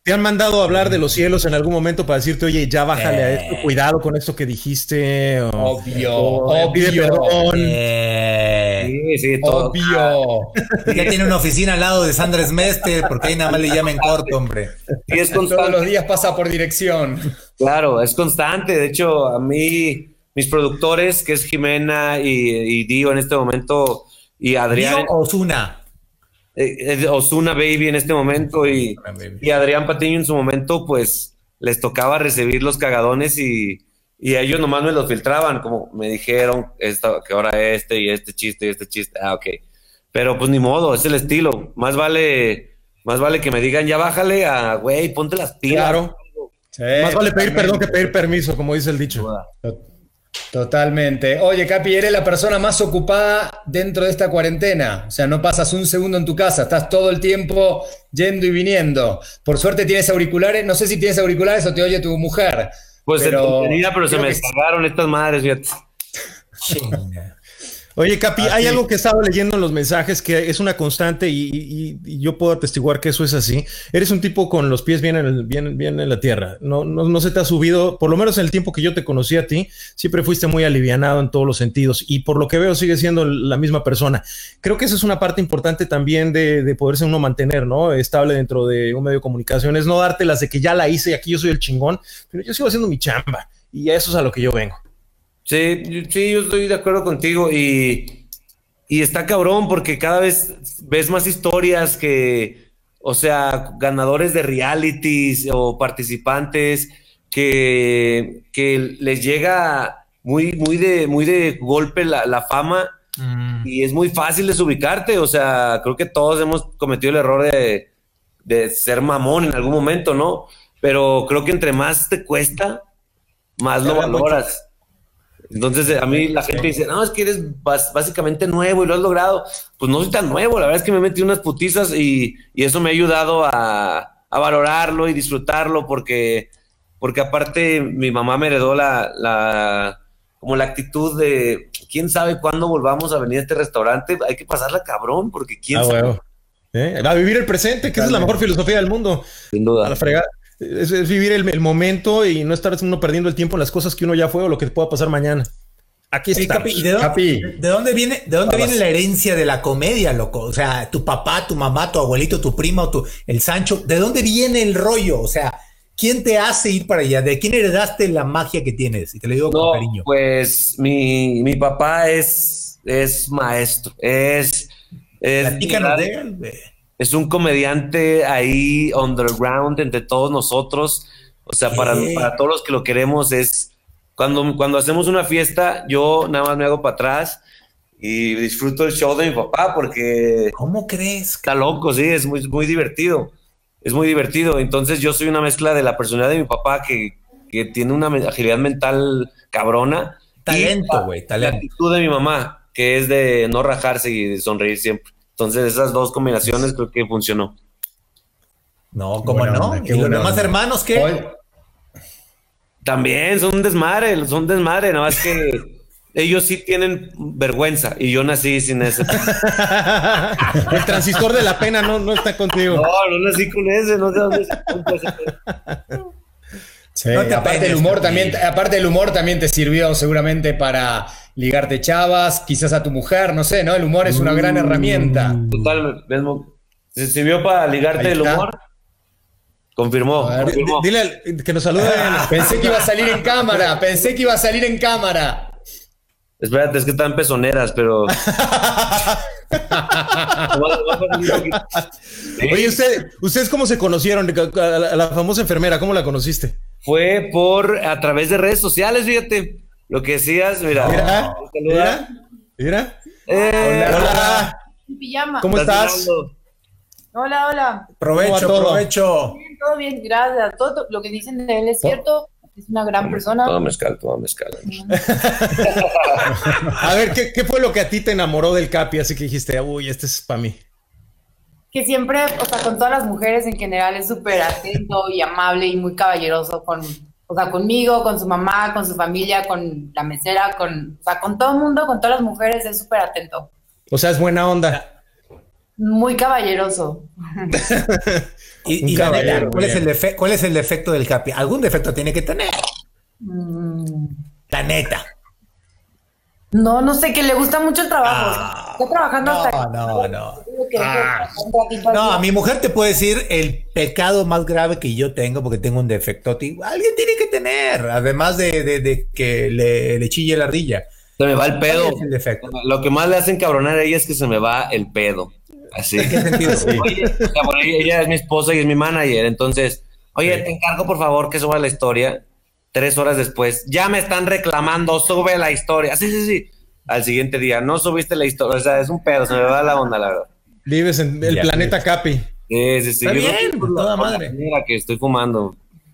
[SPEAKER 1] ¿Te han mandado a hablar de los cielos en algún momento para decirte, oye, ya bájale a esto, cuidado con esto que dijiste?
[SPEAKER 2] Obvio.
[SPEAKER 1] Pide perdón.
[SPEAKER 6] Sí, todo.
[SPEAKER 2] Obvio.
[SPEAKER 3] Ya tiene una oficina al lado de Sandra Smester, porque ahí nada más le llaman corto, hombre.
[SPEAKER 6] Y es constante.
[SPEAKER 2] Todos los días pasa por dirección.
[SPEAKER 6] Claro, es constante. De hecho, a mí, mis productores, que es Jimena y Dio en este momento, y Adrián.
[SPEAKER 3] Ozuna.
[SPEAKER 6] Ozuna Baby en este momento y Adrián Patiño en su momento, pues les tocaba recibir los cagadones y ellos nomás me los filtraban, como me dijeron que ahora y este chiste, ok. Pero pues ni modo, es el estilo. Más vale que me digan ya bájale a güey, ponte las pilas.
[SPEAKER 1] Claro. Sí, más vale pedir perdón que pedir permiso, como dice el dicho.
[SPEAKER 2] Totalmente. Oye, Capi, eres la persona más ocupada dentro de esta cuarentena. O sea, no pasas un segundo en tu casa, estás todo el tiempo yendo y viniendo. Por suerte tienes auriculares, no sé si tienes auriculares o te oye tu mujer.
[SPEAKER 6] Pues pero se me descargaron estas madres, fíjate.
[SPEAKER 1] Oye, Capi, hay algo que he estado leyendo en los mensajes que es una constante y yo puedo atestiguar que eso es así. Eres un tipo con los pies bien en la tierra. No se te ha subido, por lo menos en el tiempo que yo te conocí a ti, siempre fuiste muy alivianado en todos los sentidos y por lo que veo sigue siendo la misma persona. Creo que esa es una parte importante también de poderse uno mantener, ¿no? Estable dentro de un medio de comunicación. Es no darte las de que ya la hice y aquí yo soy el chingón, pero yo sigo haciendo mi chamba y a eso es a lo que yo vengo.
[SPEAKER 6] Sí, yo estoy de acuerdo contigo y está cabrón porque cada vez ves más historias o sea, ganadores de realities o participantes que les llega muy de golpe la fama y es muy fácil desubicarte. O sea, creo que todos hemos cometido el error de ser mamón en algún momento, ¿no? Pero creo que entre más te cuesta, más lo valoras. Entonces a mí la gente dice, no, es que eres básicamente nuevo y lo has logrado. Pues no soy tan nuevo, la verdad es que me metí unas putizas y eso me ha ayudado a valorarlo y disfrutarlo porque aparte mi mamá me heredó como la actitud de quién sabe cuándo volvamos a venir a este restaurante, hay que pasarla cabrón porque quién sabe.
[SPEAKER 1] A vivir el presente, que esa es la mejor filosofía del mundo.
[SPEAKER 6] Sin duda.
[SPEAKER 1] A la fregada. Es vivir el momento y no estar uno perdiendo el tiempo en las cosas que uno ya fue o lo que pueda pasar mañana. Aquí está.
[SPEAKER 3] Capi, ¿de dónde viene la herencia de la comedia, loco? O sea, tu papá, tu mamá, tu abuelito, tu primo, el Sancho, ¿de dónde viene el rollo? O sea, ¿quién te hace ir para allá? ¿De quién heredaste la magia que tienes? Y te lo digo con cariño.
[SPEAKER 6] Pues mi papá es maestro, es un comediante ahí underground entre todos nosotros. O sea, para todos los que lo queremos es cuando hacemos una fiesta, yo nada más me hago para atrás y disfruto el show de mi papá porque
[SPEAKER 3] ¿cómo crees?
[SPEAKER 6] Está loco, sí, es muy, muy divertido. Es muy divertido. Entonces yo soy una mezcla de la personalidad de mi papá que tiene una agilidad mental cabrona.
[SPEAKER 3] Talento, güey, talento.
[SPEAKER 6] La actitud de mi mamá, que es de no rajarse y de sonreír siempre. Entonces esas dos combinaciones creo que funcionó.
[SPEAKER 3] No, ¿cómo no? ¿Y los demás hermanos qué?
[SPEAKER 6] También son un desmadre, nada más que ellos sí tienen vergüenza y yo nací sin eso.
[SPEAKER 1] El transistor de la pena no está contigo.
[SPEAKER 6] No nací con ese, no sé dónde se
[SPEAKER 2] Sí, no aparte el humor también te sirvió seguramente para ligarte chavas, quizás a tu mujer, no sé, ¿no? El humor es una gran herramienta.
[SPEAKER 6] Total, ¿se sirvió para ligarte el humor? Confirmó.
[SPEAKER 1] Dile que nos salude.
[SPEAKER 2] Pensé que iba a salir en cámara.
[SPEAKER 6] Espérate, es que están pezoneras, pero...
[SPEAKER 1] Oye, ¿ustedes cómo se conocieron? A la famosa enfermera, ¿cómo la conociste?
[SPEAKER 6] Fue a través de redes sociales, fíjate. Lo que decías, mira.
[SPEAKER 1] Mira.
[SPEAKER 9] Hola. Pijama.
[SPEAKER 1] ¿Cómo estás?
[SPEAKER 9] Hola.
[SPEAKER 3] Provecho.
[SPEAKER 9] Bien, todo bien, gracias. Todo lo que dicen de él es cierto. Es una gran persona.
[SPEAKER 6] Todo mezcal.
[SPEAKER 1] A ver, ¿qué fue lo que a ti te enamoró del Capi? Así que dijiste, uy, este es para mí.
[SPEAKER 9] Que siempre, o sea, con todas las mujeres en general es súper atento y amable y muy caballeroso conmigo, con su mamá, con su familia, con la mesera, con todo el mundo, con todas las mujeres es súper atento.
[SPEAKER 1] O sea, es buena onda.
[SPEAKER 9] Muy caballeroso.
[SPEAKER 3] Y la neta, ¿cuál es el defecto del Capi? Algún defecto tiene que tener. La neta.
[SPEAKER 9] No sé, que le gusta mucho el trabajo. Está trabajando hasta...
[SPEAKER 3] No, a mi mujer te puede decir el pecado más grave que yo tengo porque tengo un defectote. Alguien tiene que tener, además de que le chille la ardilla.
[SPEAKER 6] Se me va el pedo. Lo que más le hacen cabronar a ella es que se me va el pedo. Así.
[SPEAKER 3] ¿En qué sentido?
[SPEAKER 6] Oye, o sea, bueno, ella es mi esposa y es mi manager, entonces, oye, te encargo por favor que suba la historia. 3 horas después, ya me están reclamando, sube la historia. Sí. Al siguiente día, no subiste la historia. O sea, es un pedo, se me va la onda, la verdad.
[SPEAKER 1] Vives en el planeta Capi.
[SPEAKER 6] Sí.
[SPEAKER 3] Está bien, toda madre.
[SPEAKER 6] Mira que estoy fumando.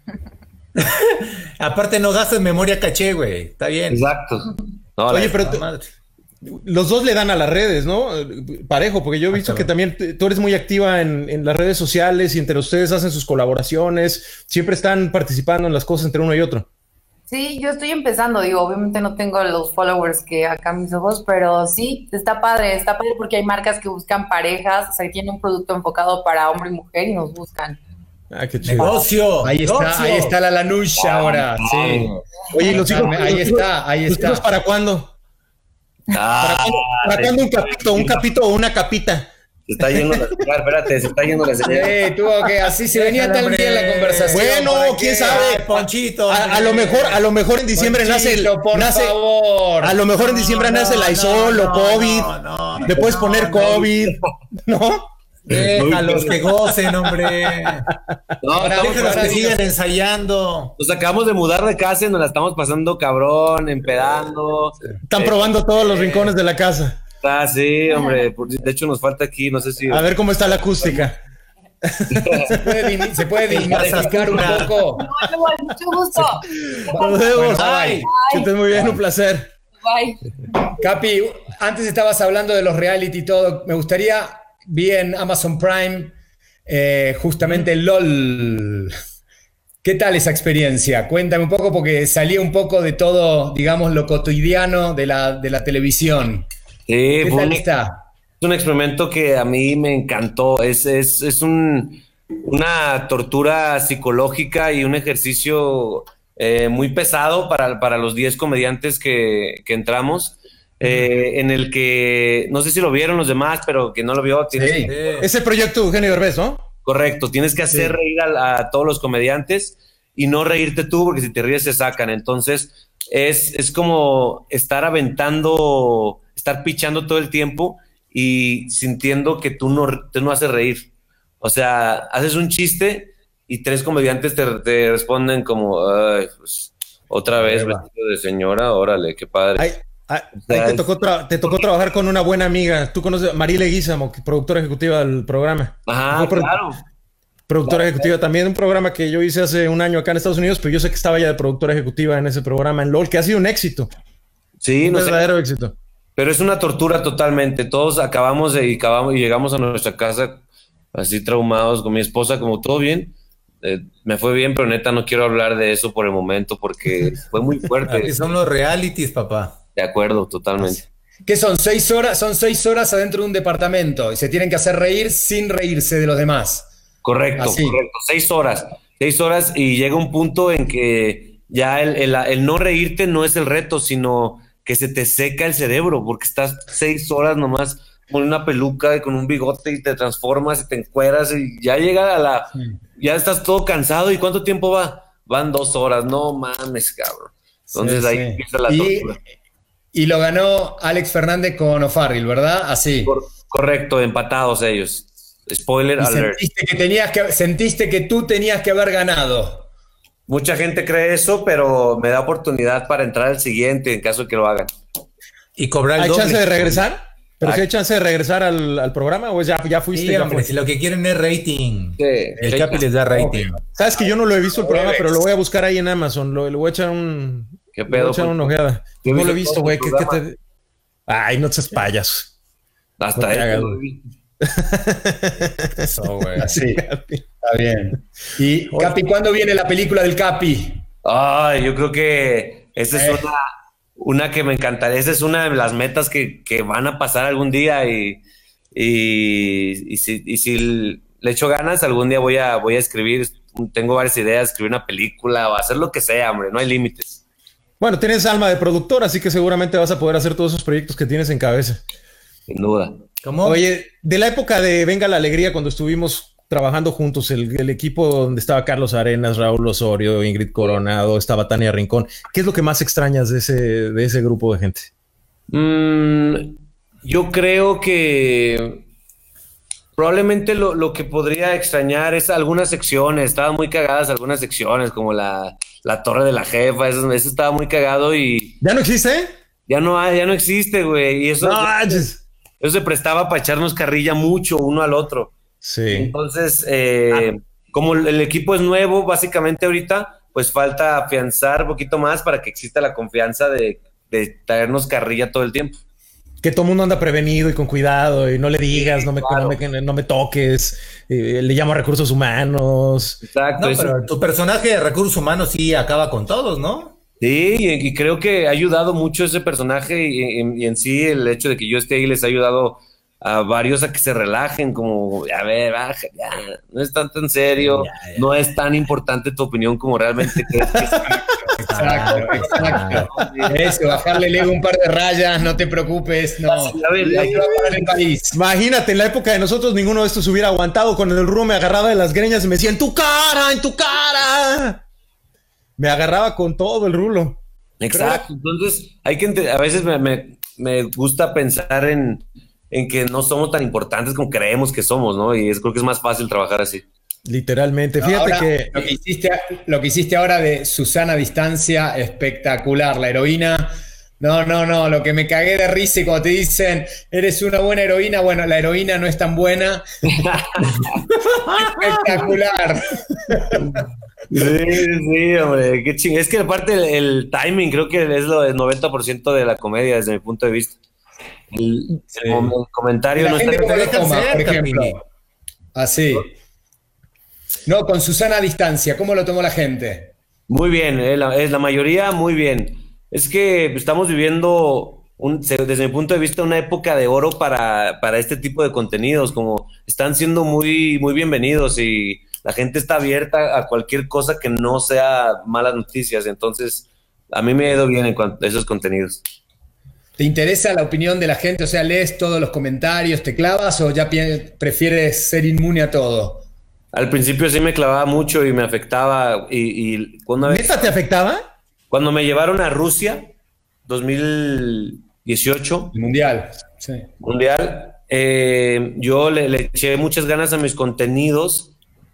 [SPEAKER 3] Aparte no gastas memoria caché, güey. Está bien.
[SPEAKER 6] Exacto. No,
[SPEAKER 1] oye, pero los dos le dan a las redes, ¿no? Parejo, porque yo he visto que también tú eres muy activa en las redes sociales y entre ustedes hacen sus colaboraciones. Siempre están participando en las cosas entre uno y otro.
[SPEAKER 9] Sí, yo estoy empezando, digo, obviamente no tengo los followers que acá mis ojos, pero sí, está padre porque hay marcas que buscan parejas, o sea, que tienen un producto enfocado para hombre y mujer y nos buscan.
[SPEAKER 1] Ah, qué chido.
[SPEAKER 3] Negocio.
[SPEAKER 2] Ahí está la lanucha ahora, sí.
[SPEAKER 1] Oye, ¿y los hijos?
[SPEAKER 2] Ahí está.
[SPEAKER 1] ¿Los hijos para cuándo? ¿Para cuándo un capito o una capita?
[SPEAKER 6] Se está yendo la señal.
[SPEAKER 2] Tuvo que así se venía tan bien la conversación.
[SPEAKER 1] Bueno, quién sabe,
[SPEAKER 3] Ponchito.
[SPEAKER 1] A lo mejor en diciembre
[SPEAKER 2] Ponchito, favor.
[SPEAKER 1] A lo mejor en diciembre nace el Aizol o COVID. Le puedes poner COVID, ¿no?
[SPEAKER 3] Déjalos que gocen, hombre. Déjalos que sigan ensayando.
[SPEAKER 6] Nos acabamos de mudar de casa y nos la estamos pasando cabrón, empedando.
[SPEAKER 1] Están probando todos los rincones de la casa.
[SPEAKER 6] Ah, sí, hombre. De hecho, nos falta aquí, no sé si...
[SPEAKER 1] A ver cómo está la acústica.
[SPEAKER 2] Se puede dignificar un poco.
[SPEAKER 9] Mucho gusto.
[SPEAKER 1] Nos vemos. Que estés muy bien, un placer.
[SPEAKER 9] Bye.
[SPEAKER 2] Capi, antes estabas hablando de los reality y todo. Me gustaría, vi en Amazon Prime justamente LOL. ¿Qué tal esa experiencia? Cuéntame un poco porque salía un poco de todo, digamos, lo cotidiano de la televisión.
[SPEAKER 6] Sí,
[SPEAKER 2] ¿Qué tal está?
[SPEAKER 6] Es un experimento que a mí me encantó. Es una tortura psicológica y un ejercicio muy pesado para los 10 comediantes que entramos, en el que, no sé si lo vieron los demás, pero que no lo vio.
[SPEAKER 1] Sí. Es el proyecto Eugenio Derbez, ¿no?
[SPEAKER 6] Correcto, tienes que hacer reír a todos los comediantes y no reírte tú, porque si te ríes se sacan. Entonces es como estar aventando, estar pichando todo el tiempo y sintiendo que tú no haces reír. O sea, haces un chiste y 3 comediantes te responden como, ay, pues, otra vez vestido de señora, órale, qué padre.
[SPEAKER 1] Te tocó trabajar con una buena amiga. Tú conoces a María Leguízamo, productora ejecutiva del programa.
[SPEAKER 6] Ajá, claro.
[SPEAKER 1] Productora ejecutiva también, un programa que yo hice hace un año acá en Estados Unidos, pero yo sé que estaba ya de productora ejecutiva en ese programa en LOL, que ha sido un éxito.
[SPEAKER 6] Sí,
[SPEAKER 1] un verdadero éxito.
[SPEAKER 6] Pero es una tortura totalmente. Todos acabamos y llegamos a nuestra casa así traumados con mi esposa, como todo bien. Me fue bien, pero neta no quiero hablar de eso por el momento porque fue muy fuerte.
[SPEAKER 3] Aquí son los realities, papá.
[SPEAKER 6] De acuerdo, totalmente.
[SPEAKER 2] ¿Qué son? 6 horas, son 6 horas adentro de un departamento y se tienen que hacer reír sin reírse de los demás.
[SPEAKER 6] Correcto. 6 horas. 6 horas y llega un punto en que ya el no reírte no es el reto, sino que se te seca el cerebro porque estás 6 horas nomás con una peluca y con un bigote y te transformas y te encueras y ya llega ya estás todo cansado. ¿Y cuánto tiempo va? Van 2 horas. No mames, cabrón. Entonces ahí empieza la tortura.
[SPEAKER 2] Y lo ganó Alex Fernández con O'Farrill, ¿verdad? Así.
[SPEAKER 6] Correcto, empatados ellos. Spoiler alert.
[SPEAKER 2] Sentiste que tú tenías que haber ganado.
[SPEAKER 6] Mucha gente cree eso, pero me da oportunidad para entrar al siguiente en caso de que lo hagan.
[SPEAKER 3] Y cobrar el
[SPEAKER 1] doble. ¿Hay chance de regresar? ¿Pero si hay chance de regresar al programa o ya fuiste?
[SPEAKER 3] Sí, hombre, si lo que quieren es rating.
[SPEAKER 6] Sí,
[SPEAKER 3] el Capi les da rating.
[SPEAKER 1] Sabes que yo no lo he visto el programa, pero lo voy a buscar ahí en Amazon. Le voy a echar
[SPEAKER 6] ¿Qué pedo?
[SPEAKER 1] Una ojeada. Yo no lo he visto, güey. Ay, no seas payaso.
[SPEAKER 6] Hasta
[SPEAKER 2] eso, güey. Así. Está bien. Y, Capi, ¿cuándo viene la película del Capi?
[SPEAKER 6] Ay, yo creo que esa es una que me encantaría. Esa es una de las metas que van a pasar algún día y y si le echo ganas, algún día voy a escribir, tengo varias ideas, escribir una película o hacer lo que sea, hombre, no hay límites.
[SPEAKER 1] Bueno, tienes alma de productor, así que seguramente vas a poder hacer todos esos proyectos que tienes en cabeza.
[SPEAKER 6] Sin duda.
[SPEAKER 3] ¿Cómo?
[SPEAKER 1] Oye, de la época de Venga la Alegría, cuando estuvimos trabajando juntos, el equipo donde estaba Carlos Arenas, Raúl Osorio, Ingrid Coronado, estaba Tania Rincón, ¿qué es lo que más extrañas de ese grupo de gente?
[SPEAKER 6] Yo creo que probablemente lo que podría extrañar es algunas secciones, estaban muy cagadas algunas secciones, como la Torre de la Jefa, eso estaba muy cagado y...
[SPEAKER 1] ¿Ya no existe?
[SPEAKER 6] Ya no existe, güey, y eso...
[SPEAKER 1] No,
[SPEAKER 6] eso se prestaba para echarnos carrilla mucho uno al otro.
[SPEAKER 1] Sí.
[SPEAKER 6] Entonces, como el equipo es nuevo, básicamente ahorita, pues falta afianzar un poquito más para que exista la confianza de traernos carrilla todo el tiempo.
[SPEAKER 1] Que todo el mundo anda prevenido y con cuidado y no le digas,
[SPEAKER 6] Sí,
[SPEAKER 1] no me toques, le llamo a recursos humanos.
[SPEAKER 6] Exacto.
[SPEAKER 3] No, pero tu personaje de recursos humanos sí acaba con todos, ¿no?
[SPEAKER 6] Sí, y creo que ha ayudado mucho ese personaje y en sí el hecho de que yo esté ahí les ha ayudado a varios a que se relajen, como, a ver, baja, ya, no es tanto en serio, ya. No es tan importante tu opinión como realmente crees que es.
[SPEAKER 2] Exacto. Eso, bajarle el ego un par de rayas, no te preocupes, no.
[SPEAKER 6] A ver,
[SPEAKER 2] el país.
[SPEAKER 1] Imagínate, en la época de nosotros ninguno de estos hubiera aguantado. Con el Rulo me agarraba de las greñas y me decía, ¡en tu cara! Me agarraba con todo el Rulo.
[SPEAKER 6] Exacto, entonces hay que a veces me gusta pensar en que no somos tan importantes como creemos que somos, ¿no? Y creo que es más fácil trabajar así.
[SPEAKER 1] Literalmente, fíjate
[SPEAKER 2] ahora,
[SPEAKER 1] que...
[SPEAKER 2] Lo que hiciste ahora de Susana Distancia, espectacular, la heroína. No, lo que me cagué de risa y cuando te dicen, eres una buena heroína, bueno, la heroína no es tan buena. Espectacular.
[SPEAKER 6] Sí, hombre, qué ching. Es que aparte el timing creo que es lo del 90% de la comedia desde mi punto de vista. El comentario no está...
[SPEAKER 2] por ejemplo. Así. No, con Susana a distancia, ¿cómo lo tomó la gente?
[SPEAKER 6] Muy bien, es la mayoría muy bien. Es que estamos viviendo, desde mi punto de vista, una época de oro para este tipo de contenidos, como están siendo muy, muy bienvenidos y la gente está abierta a cualquier cosa que no sea malas noticias. Entonces, a mí me ha ido bien en cuanto a esos contenidos.
[SPEAKER 2] ¿Te interesa la opinión de la gente? O sea, ¿lees todos los comentarios, te clavas o ya prefieres ser inmune a todo?
[SPEAKER 6] Al principio sí me clavaba mucho y me afectaba.
[SPEAKER 1] ¿Neta te afectaba?
[SPEAKER 6] Cuando me llevaron a Rusia, 2018.
[SPEAKER 2] Mundial. Sí.
[SPEAKER 6] Mundial. Yo le eché muchas ganas a mis contenidos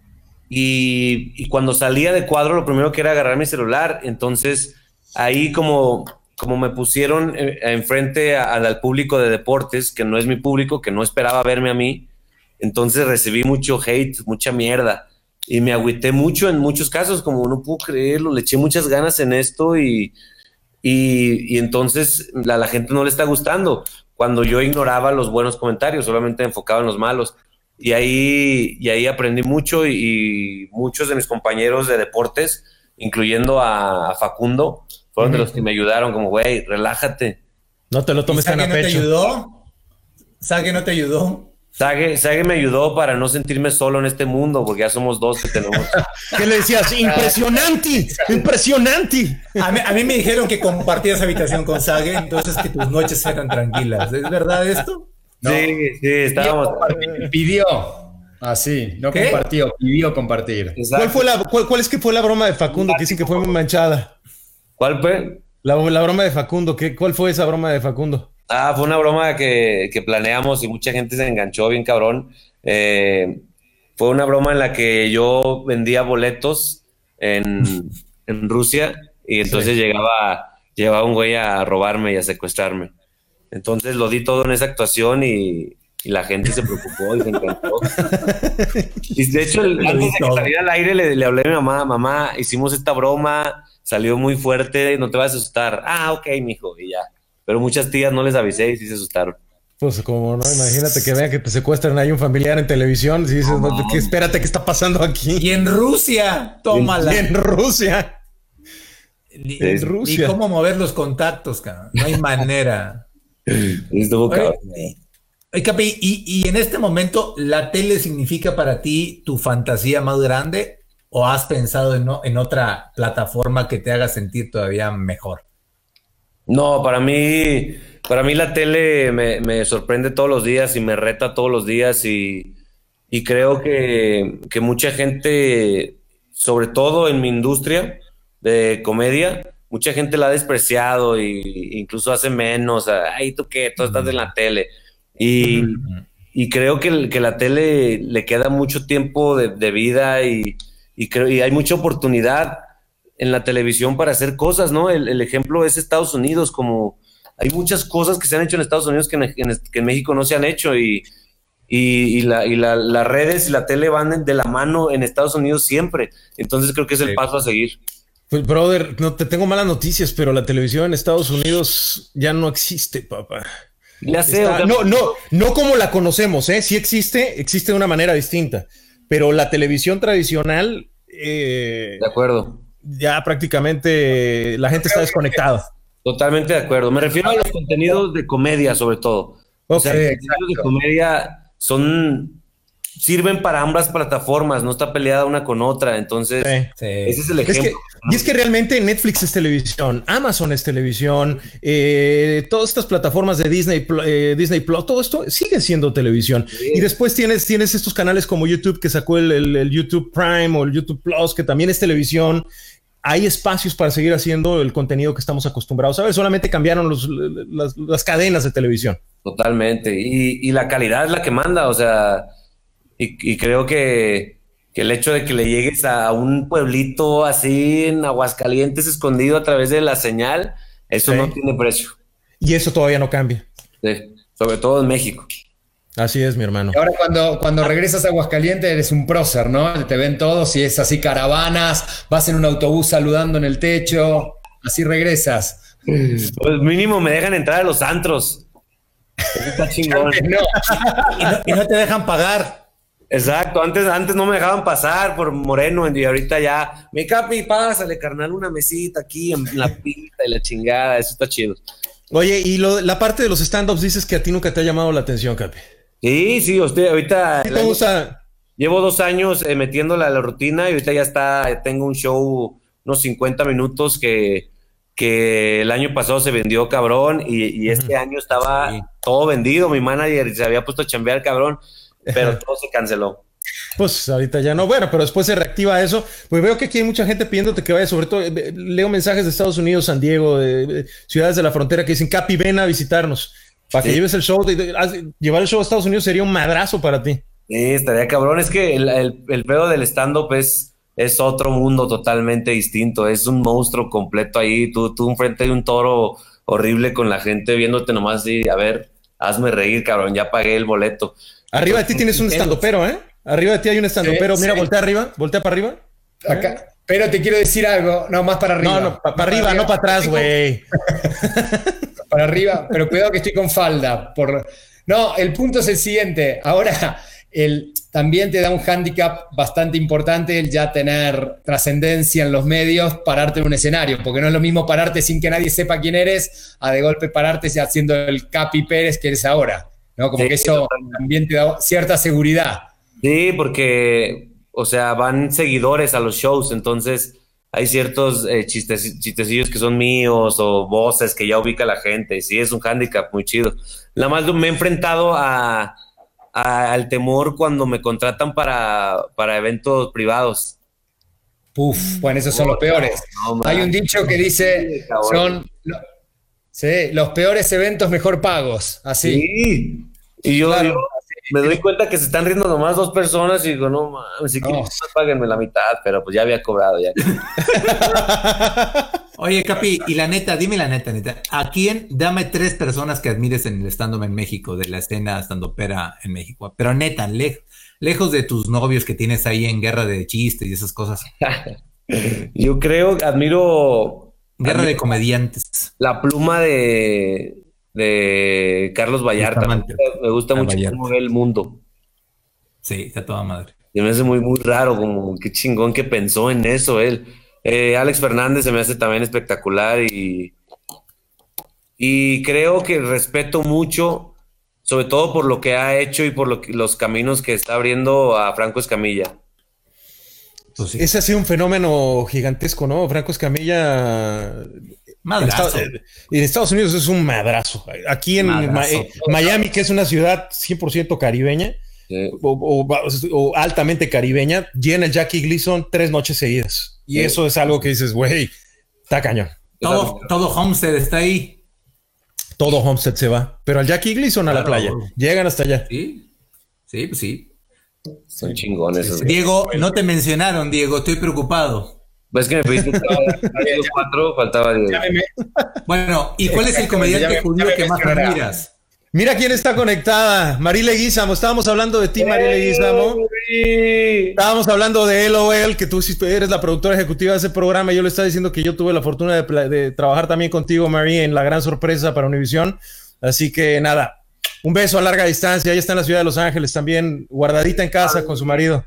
[SPEAKER 6] y cuando salía de cuadro lo primero que era agarrar mi celular. Entonces ahí como me pusieron enfrente al público de deportes, que no es mi público, que no esperaba verme a mí, entonces recibí mucho hate, mucha mierda, y me agüité mucho en muchos casos, como no puedo creerlo, le eché muchas ganas en esto y entonces la gente no le está gustando, cuando yo ignoraba los buenos comentarios, solamente enfocaba en los malos, y ahí aprendí mucho y muchos de mis compañeros de deportes, incluyendo a Facundo, fueron de los que me ayudaron, como, güey, relájate.
[SPEAKER 1] No te lo tomes tan a pecho.
[SPEAKER 3] ¿Sage no te ayudó? ¿Sage no te ayudó?
[SPEAKER 6] Sage me ayudó para no sentirme solo en este mundo, porque ya somos dos que tenemos.
[SPEAKER 1] ¿Qué le decías? ¡Impresionante! ¡Impresionante!
[SPEAKER 3] A mí me dijeron que compartías habitación con Sage, entonces que tus noches eran tranquilas. ¿Es verdad esto?
[SPEAKER 6] No. Sí, estábamos.
[SPEAKER 2] Pidió. Así, no ¿qué? Compartió, pidió compartir.
[SPEAKER 1] ¿Cuál es que fue la broma de Facundo que dicen que fue muy manchada?
[SPEAKER 6] ¿Cuál fue?
[SPEAKER 1] La broma de Facundo. ¿Cuál fue esa broma de Facundo?
[SPEAKER 6] Fue una broma que planeamos y mucha gente se enganchó bien cabrón. Fue una broma en la que yo vendía boletos en Rusia y entonces llegaba un güey a robarme y a secuestrarme. Entonces lo di todo en esa actuación y la gente se preocupó y se encantó. Y de hecho, antes de que saliera al aire le hablé a mi mamá, hicimos esta broma, salió muy fuerte, no te vas a asustar. Ok, mijo, y ya. Pero muchas tías no les avisé y sí se asustaron.
[SPEAKER 1] Pues como no, imagínate que vean que te secuestran ahí un familiar en televisión, si dices, no, espérate, ¿qué está pasando aquí?
[SPEAKER 3] Y en Rusia, tómala.
[SPEAKER 1] Y en Rusia.
[SPEAKER 3] En Rusia. ¿Y cómo mover los contactos, cabrón? No hay manera.
[SPEAKER 6] Estuvo cabrón.
[SPEAKER 3] Ay, Capi, y en este momento, ¿la tele significa para ti tu fantasía más grande o has pensado en otra plataforma que te haga sentir todavía mejor?
[SPEAKER 6] No, para mí la tele me sorprende todos los días y me reta todos los días y creo que mucha gente, sobre todo en mi industria de comedia, mucha gente la ha despreciado y incluso hace menos. Ay, ¿tú qué? Tú estás en la tele. Y, y creo que la tele le queda mucho tiempo de vida y hay mucha oportunidad en la televisión para hacer cosas, ¿no? El ejemplo es Estados Unidos, como hay muchas cosas que se han hecho en Estados Unidos que en México no se han hecho las redes y la tele van de la mano en Estados Unidos siempre. Entonces creo que es el paso a seguir.
[SPEAKER 1] Pues, brother, no te tengo malas noticias, pero la televisión en Estados Unidos ya no existe, papá.
[SPEAKER 6] Ya sé,
[SPEAKER 1] no como la conocemos, ¿eh? Sí existe de una manera distinta, pero la televisión tradicional,
[SPEAKER 6] de acuerdo.
[SPEAKER 1] Ya prácticamente la gente está desconectada.
[SPEAKER 6] Totalmente de acuerdo. Me refiero a los contenidos de comedia, sobre todo.
[SPEAKER 1] Okay,
[SPEAKER 6] o sea, los contenidos de comedia sirven para ambas plataformas, no está peleada una con otra, entonces ese es el ejemplo.
[SPEAKER 1] Y es que realmente Netflix es televisión, Amazon es televisión, todas estas plataformas de Disney Plus, todo esto sigue siendo televisión. Sí. Y después tienes estos canales como YouTube, que sacó el YouTube Prime o el YouTube Plus, que también es televisión. Hay espacios para seguir haciendo el contenido que estamos acostumbrados a ver, solamente cambiaron las cadenas de televisión.
[SPEAKER 6] Totalmente, y la calidad es la que manda, o sea, y creo que el hecho de que le llegues a un pueblito así en Aguascalientes escondido a través de la señal, eso no tiene precio.
[SPEAKER 1] Y eso todavía no cambia.
[SPEAKER 6] Sí, sobre todo en México.
[SPEAKER 1] Así es, mi hermano.
[SPEAKER 2] Y ahora cuando regresas a Aguascalientes eres un prócer, ¿no? Te ven todos y es así caravanas, vas en un autobús saludando en el techo, así regresas.
[SPEAKER 6] Pues mínimo me dejan entrar a los antros. Eso está chingón.
[SPEAKER 3] y no te dejan pagar.
[SPEAKER 6] Exacto, antes no me dejaban pasar por moreno y ahorita ya, mi Capi, pásale, carnal, una mesita aquí en la pista y la chingada, eso está chido.
[SPEAKER 1] Oye, y la parte de los stand-ups dices que a ti nunca te ha llamado la atención, Capi.
[SPEAKER 6] Sí, ahorita
[SPEAKER 1] ¿Qué te gusta?
[SPEAKER 6] Llevo 2 años metiéndola a la rutina y ahorita ya tengo un show, unos 50 minutos que el año pasado se vendió cabrón y este año estaba todo vendido, mi manager se había puesto a chambear cabrón, pero todo se canceló.
[SPEAKER 1] Pues ahorita ya no, bueno, pero después se reactiva eso. Pues veo que aquí hay mucha gente pidiéndote que vayas, sobre todo leo mensajes de Estados Unidos, San Diego, de ciudades de la frontera que dicen, Capi, ven a visitarnos, para que lleves el show. Llevar el show a Estados Unidos sería un madrazo para ti.
[SPEAKER 6] Sí, estaría cabrón. Es que el pedo del stand-up es otro mundo totalmente distinto, es un monstruo completo ahí, tú enfrente de un toro horrible con la gente viéndote nomás y a ver, hazme reír, cabrón, ya pagué el boleto.
[SPEAKER 1] Arriba de ti tienes un estandopero, ¿eh? Arriba de ti hay un estandopero. Mira, voltea para arriba.
[SPEAKER 2] Acá. Pero te quiero decir algo, no, más para arriba.
[SPEAKER 1] No, para arriba, no para atrás, güey.
[SPEAKER 2] Para arriba, pero cuidado que estoy con falda. No, el punto es el siguiente. Ahora, también te da un hándicap bastante importante el ya tener trascendencia en los medios, pararte en un escenario, porque no es lo mismo pararte sin que nadie sepa quién eres, a de golpe pararte haciendo el Capi Pérez que eres ahora, ¿no? Como que eso también te da cierta seguridad.
[SPEAKER 6] Sí, porque, o sea, van seguidores a los shows, entonces hay ciertos chistecillos que son míos o voces que ya ubica la gente, y sí, es un hándicap muy chido. Nada más me he enfrentado al temor cuando me contratan para eventos privados.
[SPEAKER 2] Bueno, esos son los peores. No, hay un dicho que dice, los peores eventos mejor pagos, así.
[SPEAKER 6] Sí, y yo me doy cuenta que se están riendo nomás 2 personas y digo, no mames, si quieren páguenme la mitad, pero pues ya había cobrado ya.
[SPEAKER 3] Oye, Capi, y la neta, dime la neta, ¿a quién? Dame 3 personas que admires en el stand-up en México, de la escena stand-upera en México, pero neta, lejos de tus novios que tienes ahí en Guerra de Chistes y esas cosas.
[SPEAKER 6] Yo admiro
[SPEAKER 3] de comediantes.
[SPEAKER 6] La pluma de Carlos Vallarta. Me gusta mucho cómo ve el mundo.
[SPEAKER 3] Sí, está toda madre.
[SPEAKER 6] Y me hace muy, muy raro, como qué chingón que pensó en eso él. Alex Fernández se me hace también espectacular y creo que respeto mucho sobre todo por lo que ha hecho y por los caminos que está abriendo a Franco Escamilla.
[SPEAKER 1] Pues sí. Ese ha sido un fenómeno gigantesco, ¿no? Franco Escamilla...
[SPEAKER 3] Madrazo.
[SPEAKER 1] En Estados Unidos es un madrazo. Aquí en Miami, que es una ciudad 100% caribeña, sí, o altamente caribeña, llena el Jackie Gleason 3 noches seguidas. Y sí, eso es algo que dices, güey, está cañón.
[SPEAKER 3] Todo Homestead está ahí.
[SPEAKER 1] Todo Homestead se va. Pero al Jackie Gleason a la playa. Llegan hasta allá.
[SPEAKER 3] Sí, pues sí.
[SPEAKER 6] Son chingones.
[SPEAKER 3] Sí. Diego, no te mencionaron, Diego. Estoy preocupado.
[SPEAKER 6] Ves que me pediste 4, faltaba 10.
[SPEAKER 3] Bueno, ¿y cuál es el comediante judío que más admiras?
[SPEAKER 1] Mira quién está conectada. Marí Leguízamo. Estábamos hablando de ti, Marí Leguízamo. Estábamos hablando de LOL, que tú eres la productora ejecutiva de ese programa. Yo le estaba diciendo que yo tuve la fortuna de trabajar también contigo, Marí, en La Gran Sorpresa para Univisión. Así que nada, un beso a larga distancia. Ella está en la ciudad de Los Ángeles también, guardadita en casa con su marido.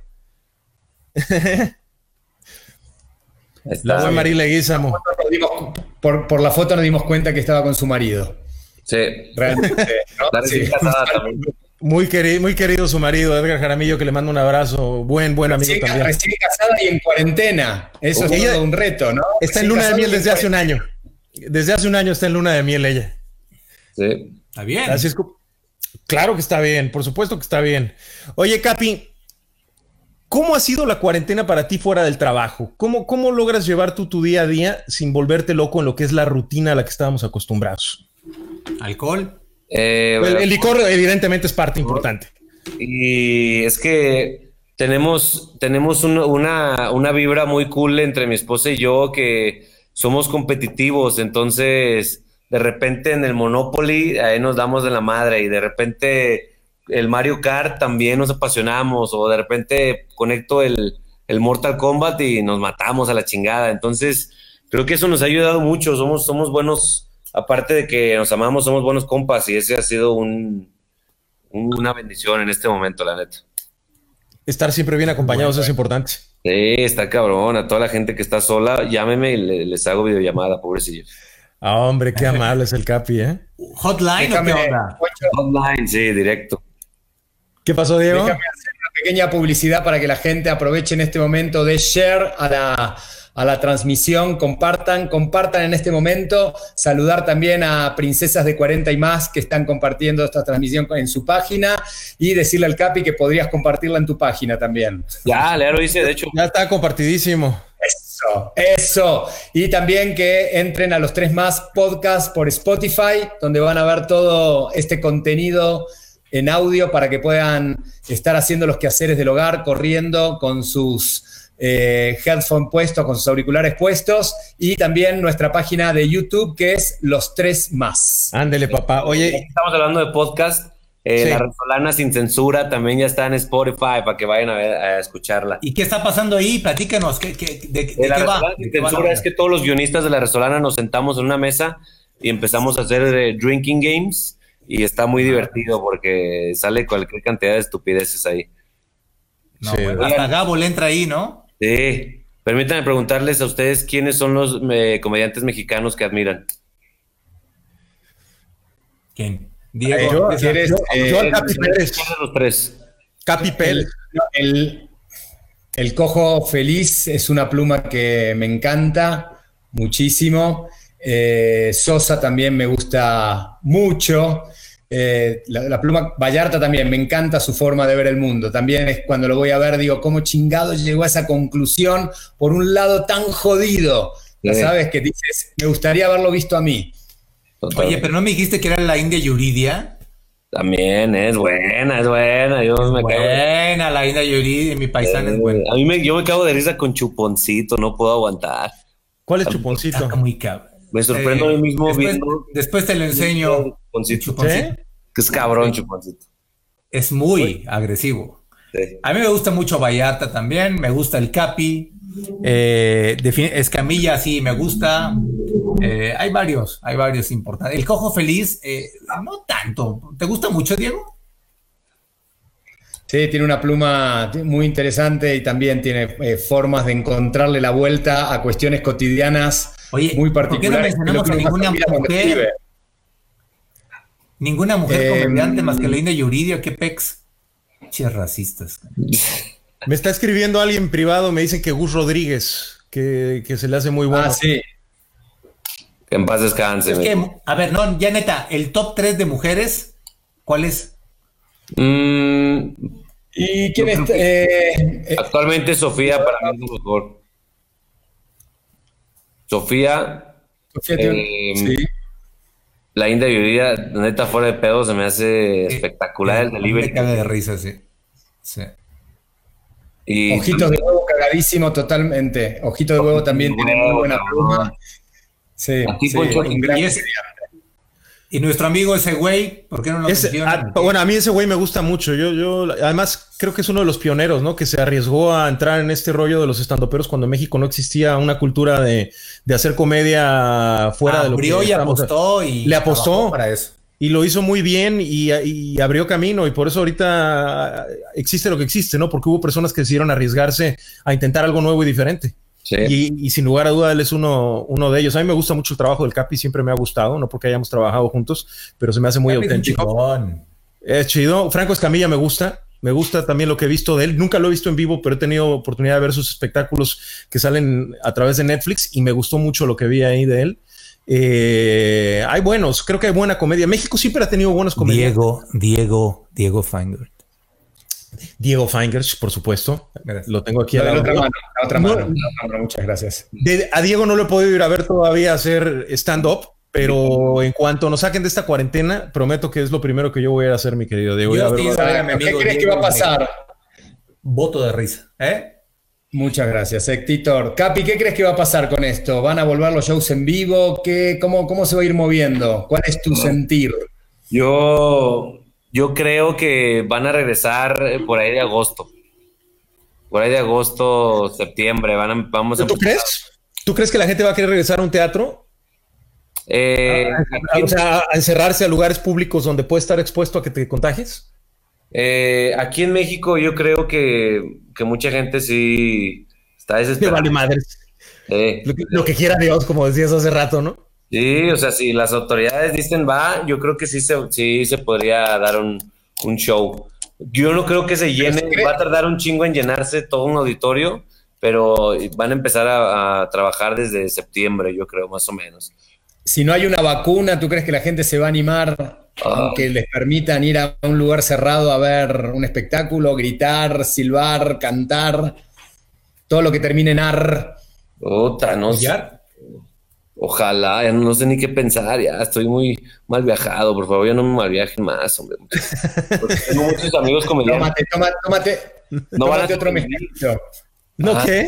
[SPEAKER 1] La buena Marí Leguízamo.
[SPEAKER 2] Por la foto nos dimos cuenta que estaba con su marido.
[SPEAKER 6] Sí.
[SPEAKER 2] Realmente, ¿no? Sí.
[SPEAKER 1] Muy querido su marido, Edgar Jaramillo, que le mando un abrazo. Buen amigo también.
[SPEAKER 2] Recién casada y en cuarentena. Eso es todo un reto, ¿no?
[SPEAKER 1] Está en luna de miel desde hace un año. Desde hace un año está en luna de miel ella.
[SPEAKER 6] Sí.
[SPEAKER 3] Está bien.
[SPEAKER 1] Así es. Claro que está bien, por supuesto que está bien. Oye, Capi, ¿cómo ha sido la cuarentena para ti fuera del trabajo? ¿Cómo logras llevar tú tu día a día sin volverte loco en lo que es la rutina a la que estábamos acostumbrados?
[SPEAKER 3] ¿Alcohol?
[SPEAKER 1] El licor evidentemente es parte importante.
[SPEAKER 6] Y es que tenemos una vibra muy cool entre mi esposa y yo, que somos competitivos, entonces de repente en el Monopoly ahí nos damos de la madre, y de repente el Mario Kart también nos apasionamos, o de repente conecto el Mortal Kombat y nos matamos a la chingada. Entonces creo que eso nos ha ayudado mucho. Somos buenos, aparte de que nos amamos, somos buenos compas, y ese ha sido una bendición en este momento, la neta.
[SPEAKER 1] Estar siempre bien acompañados es importante.
[SPEAKER 6] Sí, está cabrón. A toda la gente que está sola, llámeme y les hago videollamada, pobrecillos.
[SPEAKER 1] Ah, hombre, qué amable es el Capi, ¿eh?
[SPEAKER 3] ¿Hotline o qué onda?
[SPEAKER 6] Hotline, sí, directo.
[SPEAKER 1] ¿Qué pasó, Diego?
[SPEAKER 2] Déjame hacer una pequeña publicidad para que la gente aproveche en este momento de share a la transmisión. Compartan en este momento. Saludar también a Princesas de 40 y más que están compartiendo esta transmisión en su página, y decirle al Capi que podrías compartirla en tu página también.
[SPEAKER 6] Ya lo hice, de hecho.
[SPEAKER 1] Ya está compartidísimo.
[SPEAKER 2] Eso. Y también que entren a Los Tres Más Podcast por Spotify, donde van a ver todo este contenido en audio para que puedan estar haciendo los quehaceres del hogar, corriendo con sus headphones puestos, con sus auriculares puestos, y también nuestra página de YouTube, que es Los Tres Más.
[SPEAKER 1] Ándele, papá. Oye,
[SPEAKER 6] estamos hablando de podcast. Sí. La Resolana Sin Censura también ya está en Spotify para que vayan a escucharla.
[SPEAKER 3] ¿Y qué está pasando ahí? Platícanos. ¿De qué va?
[SPEAKER 6] Sin Censura es que todos los guionistas de La Resolana nos sentamos en una mesa y empezamos a hacer drinking games, y está muy divertido porque sale cualquier cantidad de estupideces ahí.
[SPEAKER 3] No, sí, bueno, hasta Gabo le entra ahí, ¿no?
[SPEAKER 6] Sí. Permítanme preguntarles a ustedes quiénes son los comediantes mexicanos que admiran.
[SPEAKER 3] ¿Quién? Diego,
[SPEAKER 1] yo al Capi Pérez.
[SPEAKER 6] Los tres.
[SPEAKER 1] Capi Pérez.
[SPEAKER 2] El Cojo Feliz es una pluma que me encanta muchísimo. Sosa también me gusta mucho. La pluma Vallarta también, me encanta su forma de ver el mundo. También es cuando lo voy a ver, digo, ¿cómo chingado llegó a esa conclusión por un lado tan jodido? Sí. ¿Sabes? Que dices, me gustaría haberlo visto a mí.
[SPEAKER 3] Oye, pero ¿no me dijiste que era la India Yuridia?
[SPEAKER 6] También es buena.
[SPEAKER 3] Buena la India Yuridia, mi paisana es buena.
[SPEAKER 6] Yo me cago de risa con Chuponcito, no puedo aguantar.
[SPEAKER 1] ¿Cuál es Chuponcito?
[SPEAKER 3] Está muy cabrón.
[SPEAKER 6] Me sorprendo a mí mismo viendo.
[SPEAKER 3] Después te lo enseño.
[SPEAKER 6] Chuponcito. Que es cabrón, Chuponcito.
[SPEAKER 3] Es muy agresivo. Sí. A mí me gusta mucho Vallarta también, me gusta el Capi. Escamilla sí me gusta. Hay varios importantes. El Cojo Feliz, no tanto. ¿Te gusta mucho, Diego?
[SPEAKER 2] Sí, tiene una pluma muy interesante y también tiene formas de encontrarle la vuelta a cuestiones cotidianas.
[SPEAKER 3] Oye,
[SPEAKER 2] muy particulares.
[SPEAKER 3] ¿por qué no mencionamos a ninguna mujer? Ninguna mujer comediante más que Linda Yuridia, qué pex. Che, racistas.
[SPEAKER 1] Me está escribiendo alguien privado, me dicen que Gus Rodríguez, que se le hace muy bueno.
[SPEAKER 2] Sí.
[SPEAKER 6] Que en paz descanse.
[SPEAKER 3] Es que, a ver, no, ya neta, el top 3 de mujeres, ¿cuál es?
[SPEAKER 2] ¿Y quién es?
[SPEAKER 6] Actualmente Sofía para mí es lo mejor. Sofía
[SPEAKER 2] sí.
[SPEAKER 6] La India Yuridia, neta, fuera de pedo, se me hace espectacular el delivery.
[SPEAKER 3] Me caga de risa, sí.
[SPEAKER 6] Y
[SPEAKER 2] Ojitos de Huevo, cagadísimo totalmente. Ojitos de Huevo también tiene muy buena pluma. Sí,
[SPEAKER 6] Aquí
[SPEAKER 2] sí,
[SPEAKER 6] Poncho,
[SPEAKER 2] un gran
[SPEAKER 3] y nuestro amigo ese güey, ¿por qué no lo mencionan?
[SPEAKER 1] Bueno, a mí ese güey me gusta mucho. Yo además creo que es uno de los pioneros, ¿no? Que se arriesgó a entrar en este rollo de los estandoperos cuando en México no existía una cultura de hacer comedia fuera de lo
[SPEAKER 3] que y apostó y
[SPEAKER 1] le apostó
[SPEAKER 3] para eso.
[SPEAKER 1] Y lo hizo muy bien y abrió camino, y por eso ahorita existe lo que existe, ¿no? Porque hubo personas que decidieron arriesgarse a intentar algo nuevo y diferente. Sí. Y sin lugar a duda él es uno de ellos. A mí me gusta mucho el trabajo del Capi, siempre me ha gustado, no porque hayamos trabajado juntos, pero se me hace muy auténtico. Es chido. Franco Escamilla me gusta también lo que he visto de él. Nunca lo he visto en vivo, pero he tenido oportunidad de ver sus espectáculos que salen a través de Netflix y me gustó mucho lo que vi ahí de él. Hay buenos, creo que hay buena comedia. México siempre ha tenido buenas comedias.
[SPEAKER 3] Diego Feinberg.
[SPEAKER 1] Diego Feinberg, por supuesto. Gracias. Lo tengo aquí a la
[SPEAKER 2] otra mano. Muchas gracias.
[SPEAKER 1] A Diego no lo he podido ir a ver todavía hacer stand-up, pero en cuanto nos saquen de esta cuarentena, prometo que es lo primero que yo voy a hacer, mi querido Diego.
[SPEAKER 2] ¿Qué crees que va a pasar?
[SPEAKER 3] Voto de risa.
[SPEAKER 2] Muchas gracias, Héctor. Capi, ¿qué crees que va a pasar con esto? ¿Van a volver los shows en vivo? ¿Cómo se va a ir moviendo? ¿Cuál es tu sentir?
[SPEAKER 6] Yo creo que van a regresar por ahí de agosto. Por ahí de agosto, septiembre.
[SPEAKER 1] ¿Tú crees? ¿Tú crees que la gente va a querer regresar a un teatro? O sea, a encerrarse a lugares públicos donde puede estar expuesto a que te contagies.
[SPEAKER 6] Aquí en México yo creo que mucha gente sí está desesperada.
[SPEAKER 1] Vale madres. Lo que quiera Dios, como decías hace rato, ¿no?
[SPEAKER 6] Sí, o sea, si las autoridades dicen va, yo creo que sí se podría dar un show. Yo no creo que se llene, va a tardar un chingo en llenarse todo un auditorio, pero van a empezar a trabajar desde septiembre, yo creo, más o menos.
[SPEAKER 2] Si no hay una vacuna, ¿tú crees que la gente se va a animar, aunque les permitan ir a un lugar cerrado a ver un espectáculo, gritar, silbar, cantar, todo lo que termine en ar?
[SPEAKER 6] No sé. Ojalá, ya no sé ni qué pensar, ya estoy muy mal viajado, por favor, ya no me mal viajen más, hombre. Porque tengo muchos amigos comediantes.
[SPEAKER 2] Tómate otro mezcalito.
[SPEAKER 1] ¿No qué?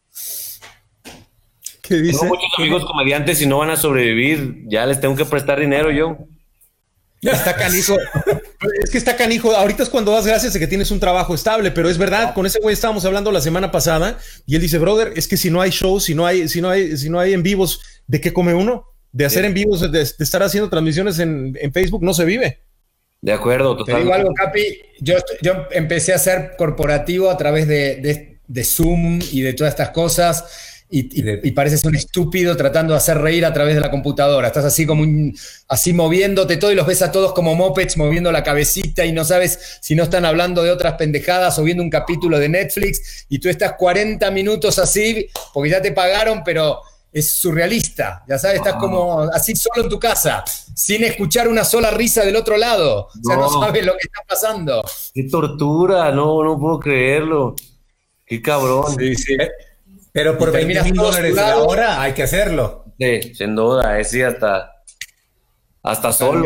[SPEAKER 1] ¿Qué dice?
[SPEAKER 6] Tengo muchos amigos comediantes y no van a sobrevivir, ya les tengo que prestar dinero yo.
[SPEAKER 1] Está canijo. Es que está canijo. Ahorita es cuando das gracias de que tienes un trabajo estable, pero es verdad, con ese güey estábamos hablando la semana pasada y él dice, brother, es que si no hay shows, si no hay en vivos, ¿de qué come uno? De hacer en vivos, de estar haciendo transmisiones en Facebook, no se vive.
[SPEAKER 6] De acuerdo, totalmente.
[SPEAKER 2] Te digo algo, Capi, yo empecé a hacer corporativo a través de Zoom y de todas estas cosas. Y pareces un estúpido tratando de hacer reír a través de la computadora. Estás así como así moviéndote todo y los ves a todos como mopeds moviendo la cabecita y no sabes si no están hablando de otras pendejadas o viendo un capítulo de Netflix y tú estás 40 minutos así porque ya te pagaron, pero es surrealista. Ya sabes, estás como así solo en tu casa, sin escuchar una sola risa del otro lado. O sea, no sabes lo que está pasando.
[SPEAKER 6] ¡Qué tortura! No puedo creerlo. ¡Qué cabrón!
[SPEAKER 2] Sí.
[SPEAKER 3] Pero por $20,000 la hora hay que hacerlo.
[SPEAKER 6] Sí, sin duda, sí, hasta solo.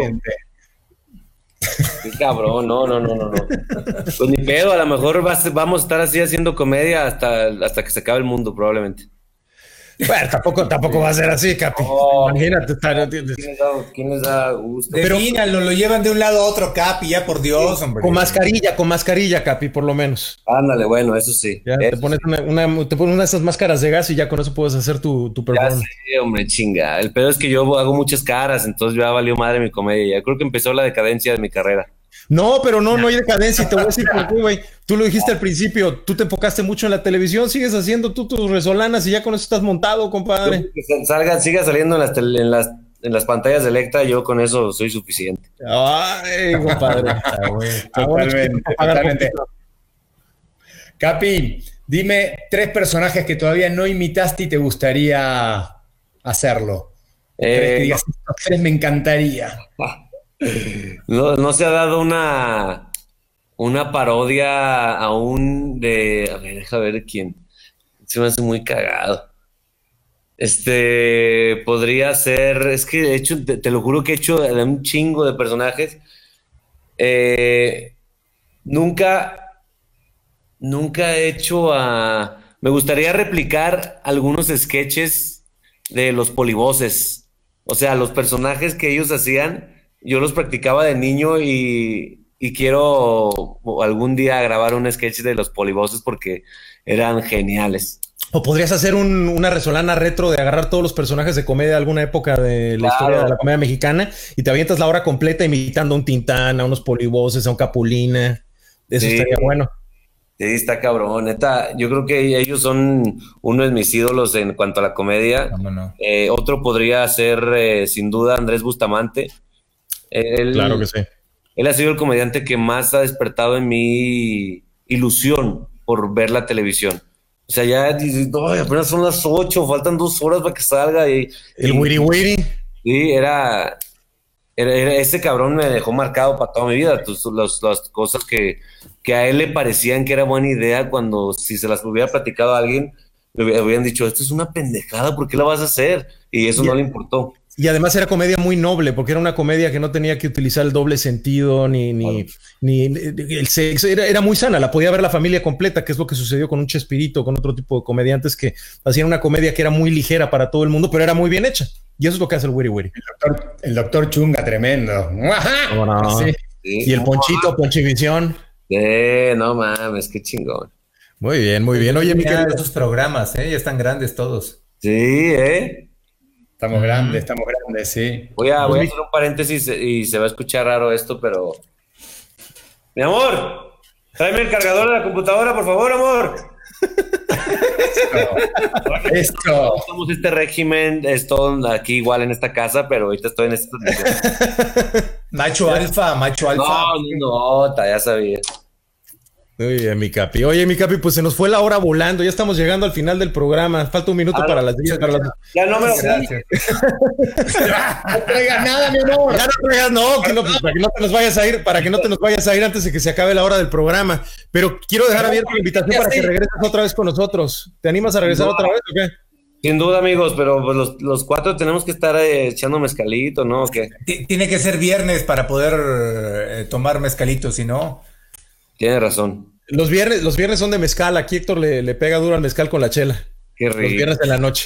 [SPEAKER 6] Qué cabrón, no. Pues ni pedo, a lo mejor vamos a estar así haciendo comedia hasta que se acabe el mundo, probablemente.
[SPEAKER 1] Bueno, tampoco va a ser así, Capi. Imagínate.
[SPEAKER 6] ¿Quién les da gusto?
[SPEAKER 3] Defínalo, lo llevan de un lado a otro, Capi, ya por Dios, hombre.
[SPEAKER 1] Con mascarilla, Capi, por lo menos.
[SPEAKER 6] Ándale, bueno, eso sí.
[SPEAKER 1] Ya, te pones una de esas máscaras de gas y ya con eso puedes hacer tu performance.
[SPEAKER 6] Ya sé, hombre, chinga. El pedo es que yo hago muchas caras, entonces ya valió madre mi comedia. Ya creo que empezó la decadencia de mi carrera.
[SPEAKER 1] No, pero no hay decadencia y te voy a decir por qué, güey. Tú lo dijiste al principio, tú te enfocaste mucho en la televisión, sigues haciendo tú tus resolanas y ya con eso estás montado, compadre.
[SPEAKER 6] Siga saliendo en las pantallas de Electra, yo con eso soy suficiente.
[SPEAKER 1] Ay, compadre.
[SPEAKER 2] Totalmente. Capi, dime 3 personajes que todavía no imitaste y te gustaría hacerlo. 3 que digas, estos 3 me encantaría.
[SPEAKER 6] No se ha dado una parodia aún de... A ver, deja ver quién. Se me hace muy cagado. Podría ser... Es que de hecho, te lo juro que he hecho de un chingo de personajes. Nunca he hecho me gustaría replicar algunos sketches de los polivoces. O sea, los personajes que ellos hacían, yo los practicaba de niño y quiero algún día grabar un sketch de los polivoces porque eran geniales.
[SPEAKER 1] O podrías hacer una resolana retro de agarrar todos los personajes de comedia de alguna época de la historia de la comedia mexicana y te avientas la hora completa imitando a un Tintán, a unos polivoces, a un Capulina. Eso estaría bueno.
[SPEAKER 6] Sí, está cabrón. Neta, yo creo que ellos son uno de mis ídolos en cuanto a la comedia.
[SPEAKER 3] No.
[SPEAKER 6] Otro podría ser, sin duda, Andrés Bustamante.
[SPEAKER 1] Claro que sí.
[SPEAKER 6] Él ha sido el comediante que más ha despertado en mi ilusión por ver la televisión. O sea, ya dices, apenas son las 8, faltan 2 horas para que salga. El
[SPEAKER 1] Wiri Wiri.
[SPEAKER 6] Sí, ese cabrón me dejó marcado para toda mi vida. Las cosas que a él le parecían que era buena idea, cuando si se las hubiera platicado a alguien, le hubieran dicho, esto es una pendejada, ¿por qué la vas a hacer? Y eso no le importó.
[SPEAKER 1] Y además era comedia muy noble, porque era una comedia que no tenía que utilizar el doble sentido, ni el sexo. Era muy sana, la podía ver la familia completa, que es lo que sucedió con un Chespirito, con otro tipo de comediantes que hacían una comedia que era muy ligera para todo el mundo, pero era muy bien hecha. Y eso es lo que hace el Wiri Wiri.
[SPEAKER 2] El doctor Chunga, tremendo.
[SPEAKER 1] No. Sí. Y el Ponchito, Ponchivisión.
[SPEAKER 6] No mames, qué chingón.
[SPEAKER 1] Muy bien, muy bien. Oye, mi querido,
[SPEAKER 3] esos programas, ya están grandes todos.
[SPEAKER 6] Sí,
[SPEAKER 2] Estamos grandes, sí.
[SPEAKER 6] Voy a hacer un paréntesis y se va a escuchar raro esto, pero... Mi amor, tráeme el cargador de la computadora, por favor, amor.
[SPEAKER 2] Esto.
[SPEAKER 6] Estamos este régimen, es todo aquí igual en esta casa, pero ahorita estoy en esta...
[SPEAKER 3] Macho alfa.
[SPEAKER 6] No, ya sabía.
[SPEAKER 1] Muy bien, mi Capi. Oye, mi Capi, pues se nos fue la hora volando. Ya estamos llegando al final del programa. Falta un minuto para las 10.
[SPEAKER 6] Ya no me lo
[SPEAKER 2] gracias. No traigas nada, mi amor.
[SPEAKER 1] Ya no traigas, pues, para que no te nos vayas a ir, antes de que se acabe la hora del programa. Pero quiero dejar abierta la invitación para que regreses otra vez con nosotros. ¿Te animas a regresar otra vez o qué?
[SPEAKER 6] Sin duda, amigos, pero pues los 4 tenemos que estar echando mezcalito, ¿no? ¿O qué?
[SPEAKER 3] Tiene que ser viernes para poder tomar mezcalito, si no...
[SPEAKER 6] Tienes razón.
[SPEAKER 1] Los viernes son de mezcal. Aquí Héctor le pega duro al mezcal con la chela.
[SPEAKER 6] Qué rico.
[SPEAKER 1] Los viernes de la noche.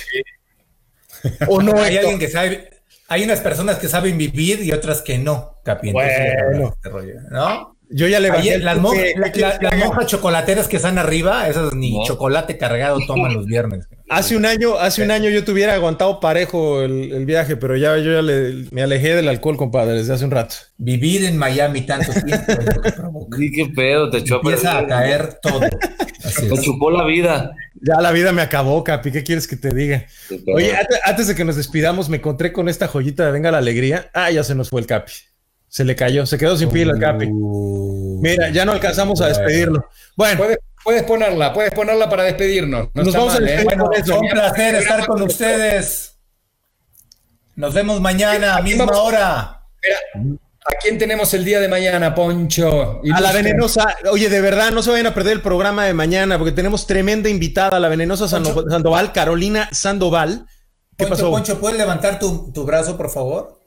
[SPEAKER 1] ¿O no?
[SPEAKER 3] Hay alguien que sabe. Hay unas personas que saben vivir y otras que no, Capi.
[SPEAKER 1] Bueno.
[SPEAKER 3] ¿No?
[SPEAKER 1] Yo ya le bajé.
[SPEAKER 3] Las monjas chocolateras que están arriba, esas ni chocolate cargado toman los viernes.
[SPEAKER 1] Hace un año yo tuviera aguantado parejo el viaje, pero yo ya me alejé del alcohol, compadre, desde hace un rato.
[SPEAKER 3] Vivir en Miami tanto tiempo es lo que provoca.
[SPEAKER 6] Sí, qué pedo, te echó
[SPEAKER 3] Empieza a caer todo.
[SPEAKER 6] Te chupó la vida.
[SPEAKER 1] Ya la vida me acabó, Capi, ¿qué quieres que te diga? Sí, oye, antes de que nos despidamos, me encontré con esta joyita de Venga la Alegría. Ya se nos fue el Capi. Se le cayó, se quedó sin pila el Capi. Mira, ya no alcanzamos a despedirlo. Bueno.
[SPEAKER 2] Puedes ponerla para despedirnos.
[SPEAKER 1] Nos vamos a despedir.
[SPEAKER 3] Bueno, fue un placer estar con ustedes. Nos vemos mañana, misma hora.
[SPEAKER 2] Espera, ¿a quién tenemos el día de mañana, Poncho?
[SPEAKER 1] A la Venenosa. Oye, de verdad, no se vayan a perder el programa de mañana, porque tenemos tremenda invitada, la Venenosa Sandoval, Carolina Sandoval. ¿Qué pasó?
[SPEAKER 3] Poncho, ¿puedes levantar tu brazo, por favor?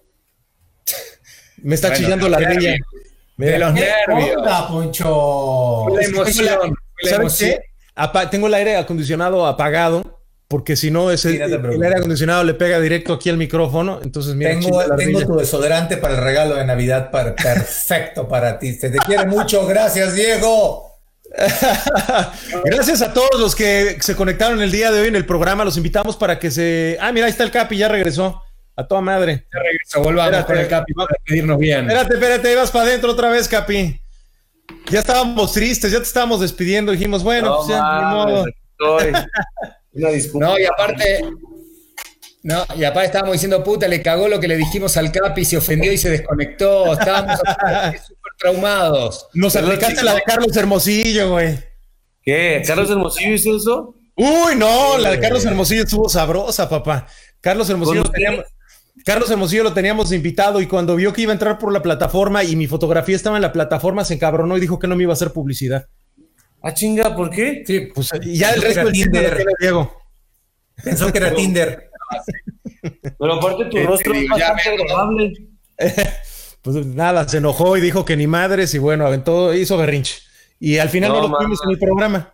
[SPEAKER 1] Me está chillando la ardilla.
[SPEAKER 2] De los nervios.
[SPEAKER 3] Onda, Poncho.
[SPEAKER 2] La emoción.
[SPEAKER 1] ¿Sabes qué? Tengo el aire acondicionado apagado, porque si no, el aire acondicionado le pega directo aquí al micrófono. Entonces, mira,
[SPEAKER 3] tengo tu desodorante para el regalo de Navidad perfecto para ti. Se te quiere mucho. Gracias, Diego.
[SPEAKER 1] Gracias a todos los que se conectaron el día de hoy en el programa. Los invitamos para que mira, ahí está el Capi, ya regresó. A toda madre.
[SPEAKER 2] Ya regresó, volvamos con el Capi para despedirnos bien.
[SPEAKER 1] Espérate, vas para adentro otra vez, Capi. Ya estábamos tristes, ya te estábamos despidiendo. Dijimos, bueno, pues ya, ni modo.
[SPEAKER 6] Una disculpa.
[SPEAKER 2] No, y aparte, No, y aparte estábamos diciendo, puta, le cagó lo que le dijimos al Capi, se ofendió y se desconectó. Estábamos súper traumados.
[SPEAKER 1] Nos aplicaste la de Carlos Hermosillo, güey.
[SPEAKER 6] ¿Qué? ¿Carlos Hermosillo hizo eso?
[SPEAKER 1] Uy, no, la de Carlos Hermosillo estuvo sabrosa, papá. Carlos Hermosillo lo teníamos invitado y cuando vio que iba a entrar por la plataforma y mi fotografía estaba en la plataforma, se encabronó y dijo que no me iba a hacer publicidad.
[SPEAKER 6] Ah, chinga, ¿por qué?
[SPEAKER 1] Sí, pues ya el resto del Tinder, Diego.
[SPEAKER 3] Pensó que era Tinder.
[SPEAKER 6] Pero aparte tu rostro es bastante agradable.
[SPEAKER 1] Pues nada, se enojó y dijo que ni madres y bueno, aventó, hizo berrinche. Y al final no lo tuvimos en el programa.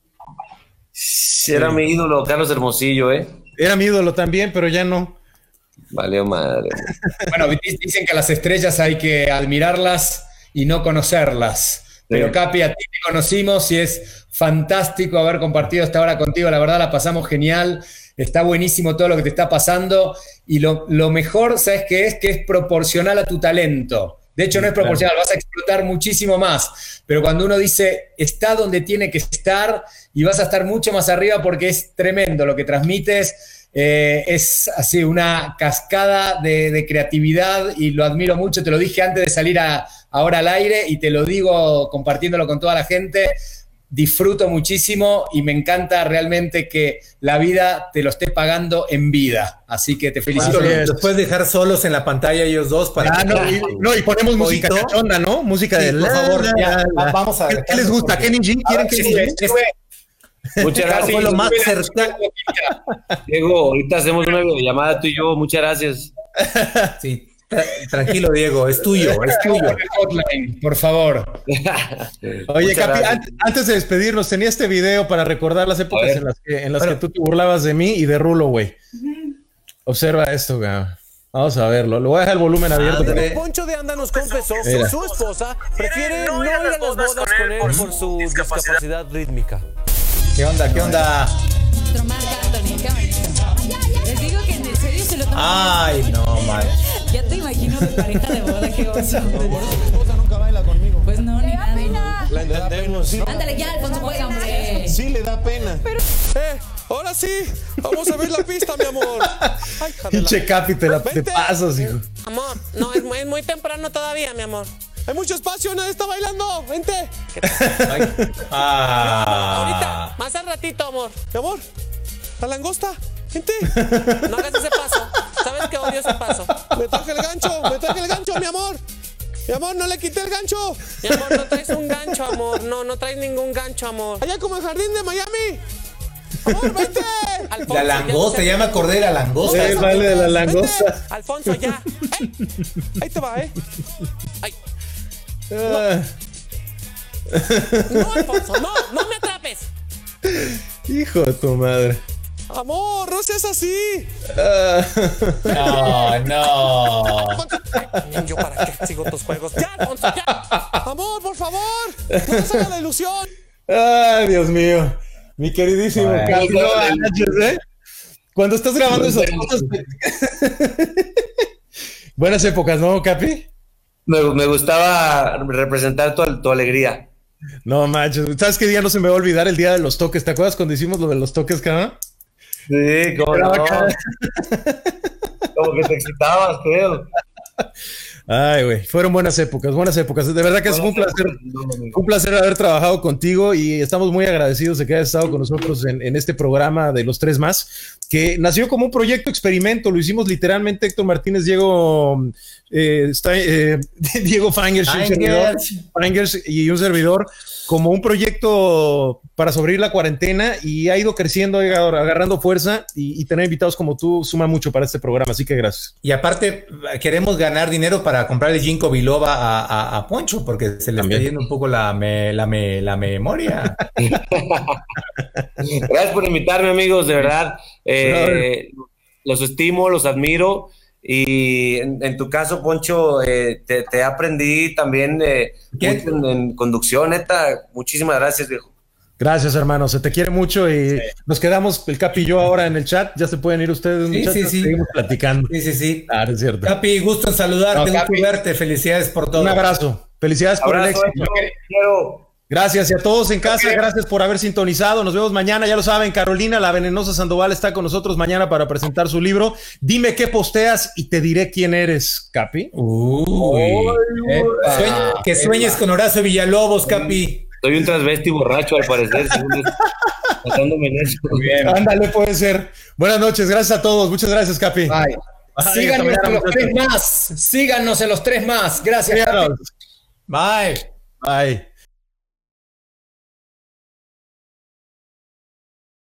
[SPEAKER 6] Sí. Era mi ídolo, Carlos Hermosillo, ¿eh?
[SPEAKER 1] Era mi ídolo también, pero ya no.
[SPEAKER 6] Valió madre.
[SPEAKER 2] Bueno, dicen que a las estrellas hay que admirarlas y no conocerlas. Sí. Pero Capi, a ti te conocimos y es fantástico haber compartido esta hora contigo. La verdad la pasamos genial. Está buenísimo todo lo que te está pasando. Y lo mejor, ¿sabes qué es? Que es proporcional a tu talento. De hecho, no es proporcional, vas a explotar muchísimo más. Pero cuando uno dice, está donde tiene que estar y vas a estar mucho más arriba porque es tremendo lo que transmites. Es así una cascada de creatividad y lo admiro mucho. Te lo dije antes de salir ahora al aire y te lo digo compartiéndolo con toda la gente. Disfruto muchísimo y me encanta realmente que la vida te lo esté pagando en vida. Así que te felicito.
[SPEAKER 3] Los puedes dejar solos en la pantalla ellos dos para
[SPEAKER 1] y ponemos música cachonda, ¿no? Música de
[SPEAKER 3] por favor, vamos a
[SPEAKER 1] ¿Qué les gusta? ¿Kenny G? ¿Quieren Kenny G?
[SPEAKER 6] Muchas gracias.
[SPEAKER 3] Fue lo más cercano.
[SPEAKER 6] Diego, ahorita hacemos una videollamada tú y yo. Muchas gracias.
[SPEAKER 3] Sí. Tranquilo, Diego, es tuyo, es tuyo.
[SPEAKER 2] Hotline, por favor.
[SPEAKER 1] Oye, Capi, antes de despedirnos, tenía este video para recordar las épocas en las que tú te burlabas de mí y de Rulo, güey. Observa esto, güey. Vamos a verlo. Lo voy a dejar el volumen abierto.
[SPEAKER 7] Poncho de Anda nos confesó que su esposa prefiere no ir a las bodas con él por su discapacidad rítmica.
[SPEAKER 3] ¿Qué onda? ¿Qué onda?
[SPEAKER 10] Les digo que en serio se lo toman.
[SPEAKER 3] Ay, no, man.
[SPEAKER 10] Ya te imagino de pareja de boda, qué oso.
[SPEAKER 11] Por eso mi esposa nunca baila conmigo.
[SPEAKER 10] Pues no, ni nada.
[SPEAKER 7] La entendemos.
[SPEAKER 10] Ándale ya, Alfonso, juega, hombre.
[SPEAKER 11] Sí, le da pena.
[SPEAKER 7] Pero, ahora sí, vamos a ver la pista, mi amor. Ay,
[SPEAKER 1] pinche Capi, te pasas, hijo.
[SPEAKER 8] Amor, no, es muy temprano todavía, mi amor.
[SPEAKER 7] Hay mucho espacio, nadie está bailando. Vente.
[SPEAKER 8] Ahorita, más al ratito, amor.
[SPEAKER 7] Mi amor, la langosta. Vente.
[SPEAKER 8] No hagas ese paso. Sabes que odio ese paso.
[SPEAKER 7] Me traje el gancho, mi amor. Mi amor, no le quité el gancho.
[SPEAKER 8] Mi amor, no traes un gancho, amor. No traes ningún gancho, amor.
[SPEAKER 7] Allá como el jardín de Miami. Amor, vente.
[SPEAKER 3] Alfonso, la langosta, ya me acordé de la langosta.
[SPEAKER 1] Vale, de la langosta.
[SPEAKER 8] Vente. Alfonso, ya.
[SPEAKER 7] Ahí te va,
[SPEAKER 8] Ay. No, Alfonso, no me atrapes.
[SPEAKER 1] Hijo de tu madre.
[SPEAKER 7] Amor, no seas así.
[SPEAKER 3] No.
[SPEAKER 8] ¿Yo para qué sigo tus juegos? Ya, Alfonso, ya.
[SPEAKER 7] Amor, por favor. No te hagas la ilusión.
[SPEAKER 1] Ay, Dios mío. Mi queridísimo Capi. Cuando estás grabando esas cosas. Buenas épocas, ¿no, Capi?
[SPEAKER 6] Me gustaba representar tu alegría.
[SPEAKER 1] No manches, ¿sabes qué día no se me va a olvidar? El día de los toques. ¿Te acuerdas cuando hicimos lo de los toques, cabrón?
[SPEAKER 6] Sí, cómo no. Como que te excitabas, creo.
[SPEAKER 1] Ay, güey, fueron buenas épocas. De verdad que es un placer haber trabajado contigo y estamos muy agradecidos de que hayas estado con nosotros en este programa de Los Tres Más, que nació como un proyecto experimento. Lo hicimos literalmente Héctor Martínez, Diego Fangers y un servidor, como un proyecto para sobrevivir la cuarentena, y ha ido creciendo, agarrando fuerza, y tener invitados como tú suma mucho para este programa, así que gracias.
[SPEAKER 3] Y aparte queremos ganar dinero para comprarle ginkgo biloba a Poncho, porque se le está yendo un poco la memoria.
[SPEAKER 6] Gracias por invitarme, amigos, de verdad. Los estimo, los admiro. Y en tu caso, Poncho, te aprendí también mucho en conducción, neta. Muchísimas gracias, viejo.
[SPEAKER 1] Gracias, hermano. Se te quiere mucho y nos quedamos, el Capi y yo, ahora en el chat. Ya se pueden ir ustedes, muchachos. Sí. Seguimos platicando.
[SPEAKER 3] Sí.
[SPEAKER 1] Ah, es cierto.
[SPEAKER 3] Capi, gusto en saludarte, gusto verte. Felicidades por todo.
[SPEAKER 1] Un abrazo. Felicidades por el éxito. Gracias y a todos en casa, gracias por haber sintonizado. Nos vemos mañana, ya lo saben, Carolina la Venenosa Sandoval está con nosotros mañana para presentar su libro. Dime qué posteas y te diré quién eres, Capi.
[SPEAKER 3] Que sueñes con Horacio Villalobos, Capi.
[SPEAKER 6] Soy un transvesti borracho, al parecer, basándome en eso.
[SPEAKER 1] Bien. Ándale, puede ser. Buenas noches, gracias a todos. Muchas gracias, Capi.
[SPEAKER 2] Bye. Síganos en los 3 más. Síganos en los 3 más. Gracias, Capi.
[SPEAKER 3] Bye.
[SPEAKER 1] Bye.